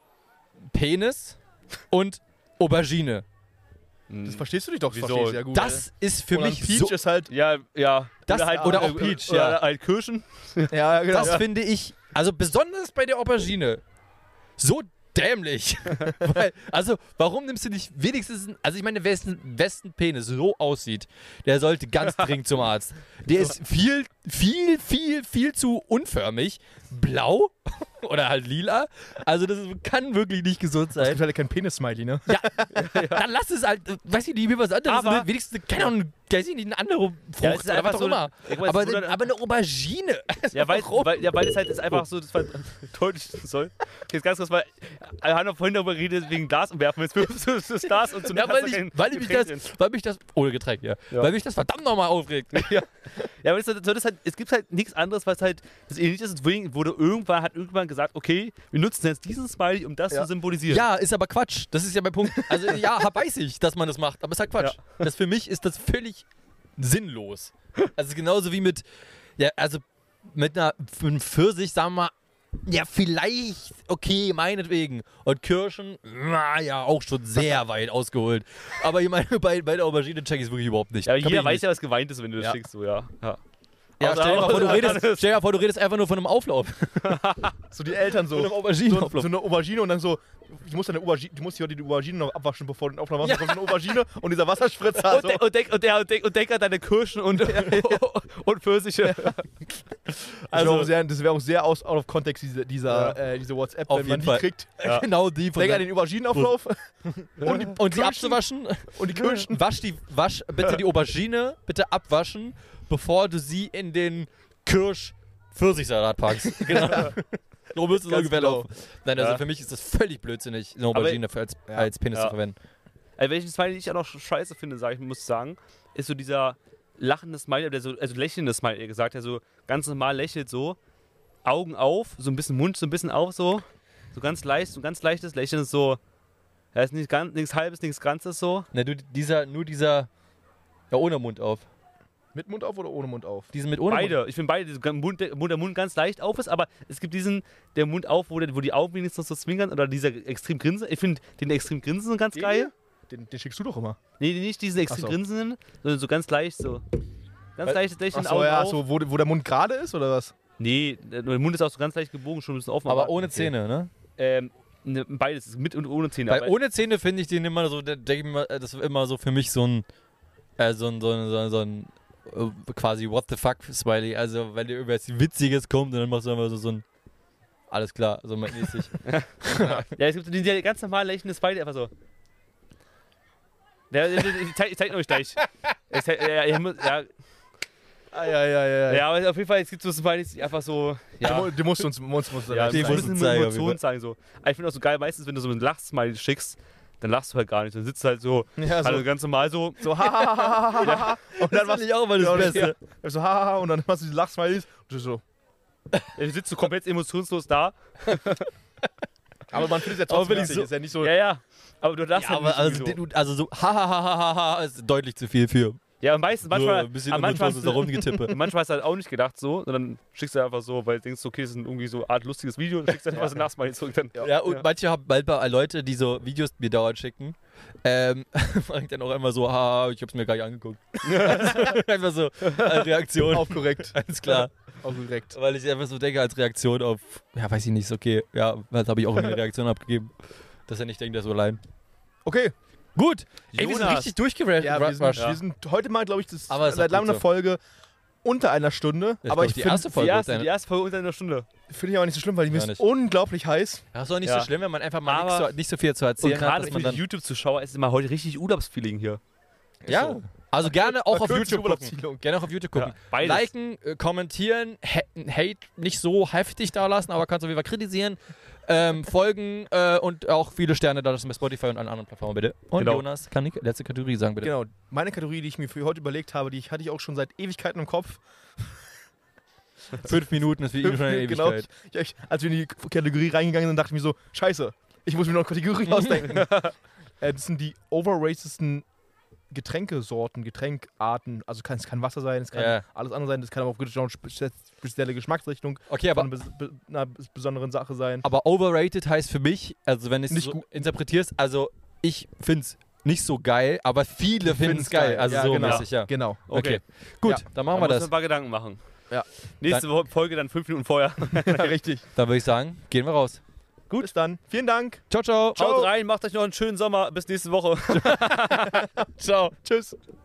Penis und Aubergine. Das verstehst du dich doch, das Wieso? verstehe ich sehr gut. Das ist für Oder mich Peach so. ist halt, Ja. Das- oder auch Peach, ja. Oder halt Kirschen. ja, genau. Das finde ich, also besonders bei der Aubergine, so dämlich. Weil, also, warum nimmst du nicht wenigstens, also ich meine, wessen Penis so aussieht, der sollte ganz dringend zum Arzt. Der ist viel zu unförmig, blau oder halt lila. Also das kann wirklich nicht gesund Es sein. gibt halt kein Penis-Smiley, ne? Ja, dann lass es halt, weiß ich nicht, wie was anderes. Aber- Ne? Wenigstens, keine Ahnung, weiß ich nicht, eine andere Ja, Frucht es ist oder einfach was auch so immer. irgendwas Aber, wundert- aber eine Aubergine. Ja, Warum? weil es halt ist einfach so, das war deutlich soll. Jetzt ganz kurz, weil wir haben vorhin darüber geredet, wegen Glas umwerfen, jetzt wirfst du das Glas und so Ja, weil mich das, ohne Getränk, ja. Weil mich das verdammt nochmal aufregt. Ja, aber es gibt halt nichts anderes, was halt das ähnlich ist. Deswegen hat irgendwann gesagt, okay, wir nutzen jetzt diesen Smiley, um das zu symbolisieren. Ja, ist aber Quatsch. Das ist ja mein Punkt. Also ja, weiß ich, dass man das macht, aber ist halt Quatsch. Das für mich ist das völlig sinnlos. Also genauso wie mit einem Pfirsich, sagen wir mal, ja, vielleicht, okay, meinetwegen. Und Kirschen, na ja, auch schon sehr weit ausgeholt. Aber ich meine, bei der Aubergine check ich es wirklich überhaupt nicht. Ja, aber Kapier jeder ich weiß nicht. ja, was gemeint ist, wenn du das Ja. schickst. So, ja. Ja, Also, stell dir mal vor, aber- stell dir vor, du redest einfach nur von einem Auflauf. So die Eltern so. Von einem So Auberginenauflauf. eine Aubergine und dann so, du musst heute die Aubergine noch abwaschen, bevor du den Auflauf machst. Dann kommt so eine Aubergine und dieser Wasserspritzer. So. Und denk an deine Kirschen und Pfirsiche. Das wäre auch sehr out of context, diese WhatsApp, Auf wenn man jeden die Fall. kriegt. Ja. Genau die von Denk an den Auberginenauflauf und sie abzuwaschen. und die Kirschen. Wasch bitte die Aubergine, bitte abwaschen, bevor du sie in den Kirsch-Pfirsichsalat packst. Genau. So müsste es Ganz ungefähr genau. laufen. Nein, also Ja. für mich ist das völlig blödsinnig, eine Aubergine als Penis zu verwenden. Also, welchen Smiley ich auch noch scheiße finde, muss ich sagen, ist so dieser lachende Smiley, also lächelnde Smiley, eher gesagt, der so ganz normal lächelt, so Augen auf, so ein bisschen Mund, so ein bisschen auf, so ganz leicht, so ein ganz leichtes Lächeln, ist so, ja, ist nichts Halbes, nichts Ganzes, so. Ne, nur dieser, ja, ohne Mund auf. Mit Mund auf oder ohne Mund auf? Diesen mit ohne Mund. Beide, ich finde beide, der Mund ganz leicht auf ist, aber es gibt der Mund auf, wo die Augen wenigstens so zwinkern, oder dieser extrem Grinsen, ich finde den extrem Grinsenden ganz geil. Den schickst du doch immer. Nee, nicht diesen extrem Ach so. Grinsenden, sondern so ganz leicht, so. Ganz leichtes Lächeln, Achso, Augen ja, auf. so, wo der Mund gerade ist oder was? Nee, der Mund ist auch so ganz leicht gebogen, schon ein bisschen offen. Aber ohne Zähne, ne? Beides, mit und ohne Zähne. Weil aber ohne Zähne finde ich den immer so, denke ich mir, das ist immer so für mich so ein quasi What the fuck Smiley. Also, wenn dir irgendwas Witziges kommt und dann machst du einfach so ein alles klar, so mäßig. ja, es gibt den ganz normal lächelnde Smiley, einfach so. Ich zeig euch gleich. Ja, aber auf jeden Fall, es gibt so Smileys, die einfach so. Ja, Du musst uns ja, die die musst müssen du zeigen, auf jeden Emotionen zeigen. So. Aber ich finde auch so geil, meistens, wenn du so einen Lachsmiley schickst, dann lachst du halt gar nicht. Dann sitzt du halt so, Ja, so. also ganz normal so. So, ha, ha, ha, ha, ha, ha. Und dann machst ich auch immer das ja, Beste. ja, so, ha, ha, ha, und dann machst du die Lachsmilies und du so. Dann sitzt du komplett emotionslos da. Aber man findet es ja Aber trotzdem wenn ich witzig, so- ist ja nicht so. Ja. Aber du lachst Ja, aber halt nicht also so ha ist deutlich zu viel für. Ja, und meistens, manchmal, so ein bisschen aber manchmal, ist da rumgetippe. manchmal hast du halt auch nicht gedacht so, sondern schickst du einfach so, weil du denkst, okay, das ist ein irgendwie so eine Art lustiges Video und schickst dann einfach so ein Smiley zurück. Dann. Ja, und manche haben manchmal Leute, die so Videos mir dauernd schicken, fragen dann auch immer so, haha, ich hab's mir gar nicht angeguckt. Einfach so als Reaktion. Auch korrekt. Alles klar. Auch korrekt. Weil ich einfach so denke, als Reaktion auf, ja, weiß ich nicht, ist okay. Ja, das habe ich auch eine Reaktion abgegeben. Dass er nicht denkt, der ist so allein. Okay. Gut. Ey, wir sind Jonas. richtig durchgerusht. Ja, wir sind heute mal, glaube ich, das Aber ist seit auch langem gut eine so. Folge unter einer Stunde. Das Aber ist, ich die finde erste Folge. Die erste Folge unter einer Stunde. find ich aber nicht so schlimm, weil die Gar ist nicht. unglaublich heiß. Das ist doch nicht Ja. so schlimm, wenn man einfach mal Aber- nicht so viel zu Und erzählen hat, gerade dass für man die dann. YouTube-Zuschauer ist immer heute richtig Urlaubsfeeling hier. Ja. Also gerne auch auf Verkürzte YouTube gucken. Urlaubszielung. Gerne auch auf YouTube gucken. Ja, beides. Liken, kommentieren, Hate nicht so heftig da lassen, aber kannst auf jeden Fall kritisieren. Folgen und auch viele Sterne da lassen bei Spotify und allen anderen Plattformen, bitte. Und Genau. Jonas, kann die letzte Kategorie sagen, bitte? Genau. Meine Kategorie, die ich mir für heute überlegt habe, hatte ich auch schon seit Ewigkeiten im Kopf. 5 Minuten ist wie schon eine Genau. Ewigkeit. Als wir in die Kategorie reingegangen sind, dachte ich mir so, scheiße, ich muss mir noch eine Kategorie ausdenken. Das sind die overratedsten Getränkesorten, Getränkarten. Also es kann Wasser sein, es kann Ja. alles andere sein, das kann aber auch eine spezielle Geschmacksrichtung Okay, von aber, einer besonderen Sache sein. aber overrated heißt für mich, also wenn du es Nicht so gut. interpretierst, also ich finde es nicht so geil, aber viele finden es Find's geil. Also ja, so genau. mäßig, ja. Genau. Okay. Gut, Ja. dann machen Da wir musst du das. ein paar Gedanken machen. Ja. Nächste Folge dann 5 Minuten vorher. Richtig. Dann würde ich sagen, gehen wir raus. Gut. Bis dann. Vielen Dank. Ciao, ciao. Haut rein, macht euch noch einen schönen Sommer. Bis nächste Woche. Ciao. Tschüss.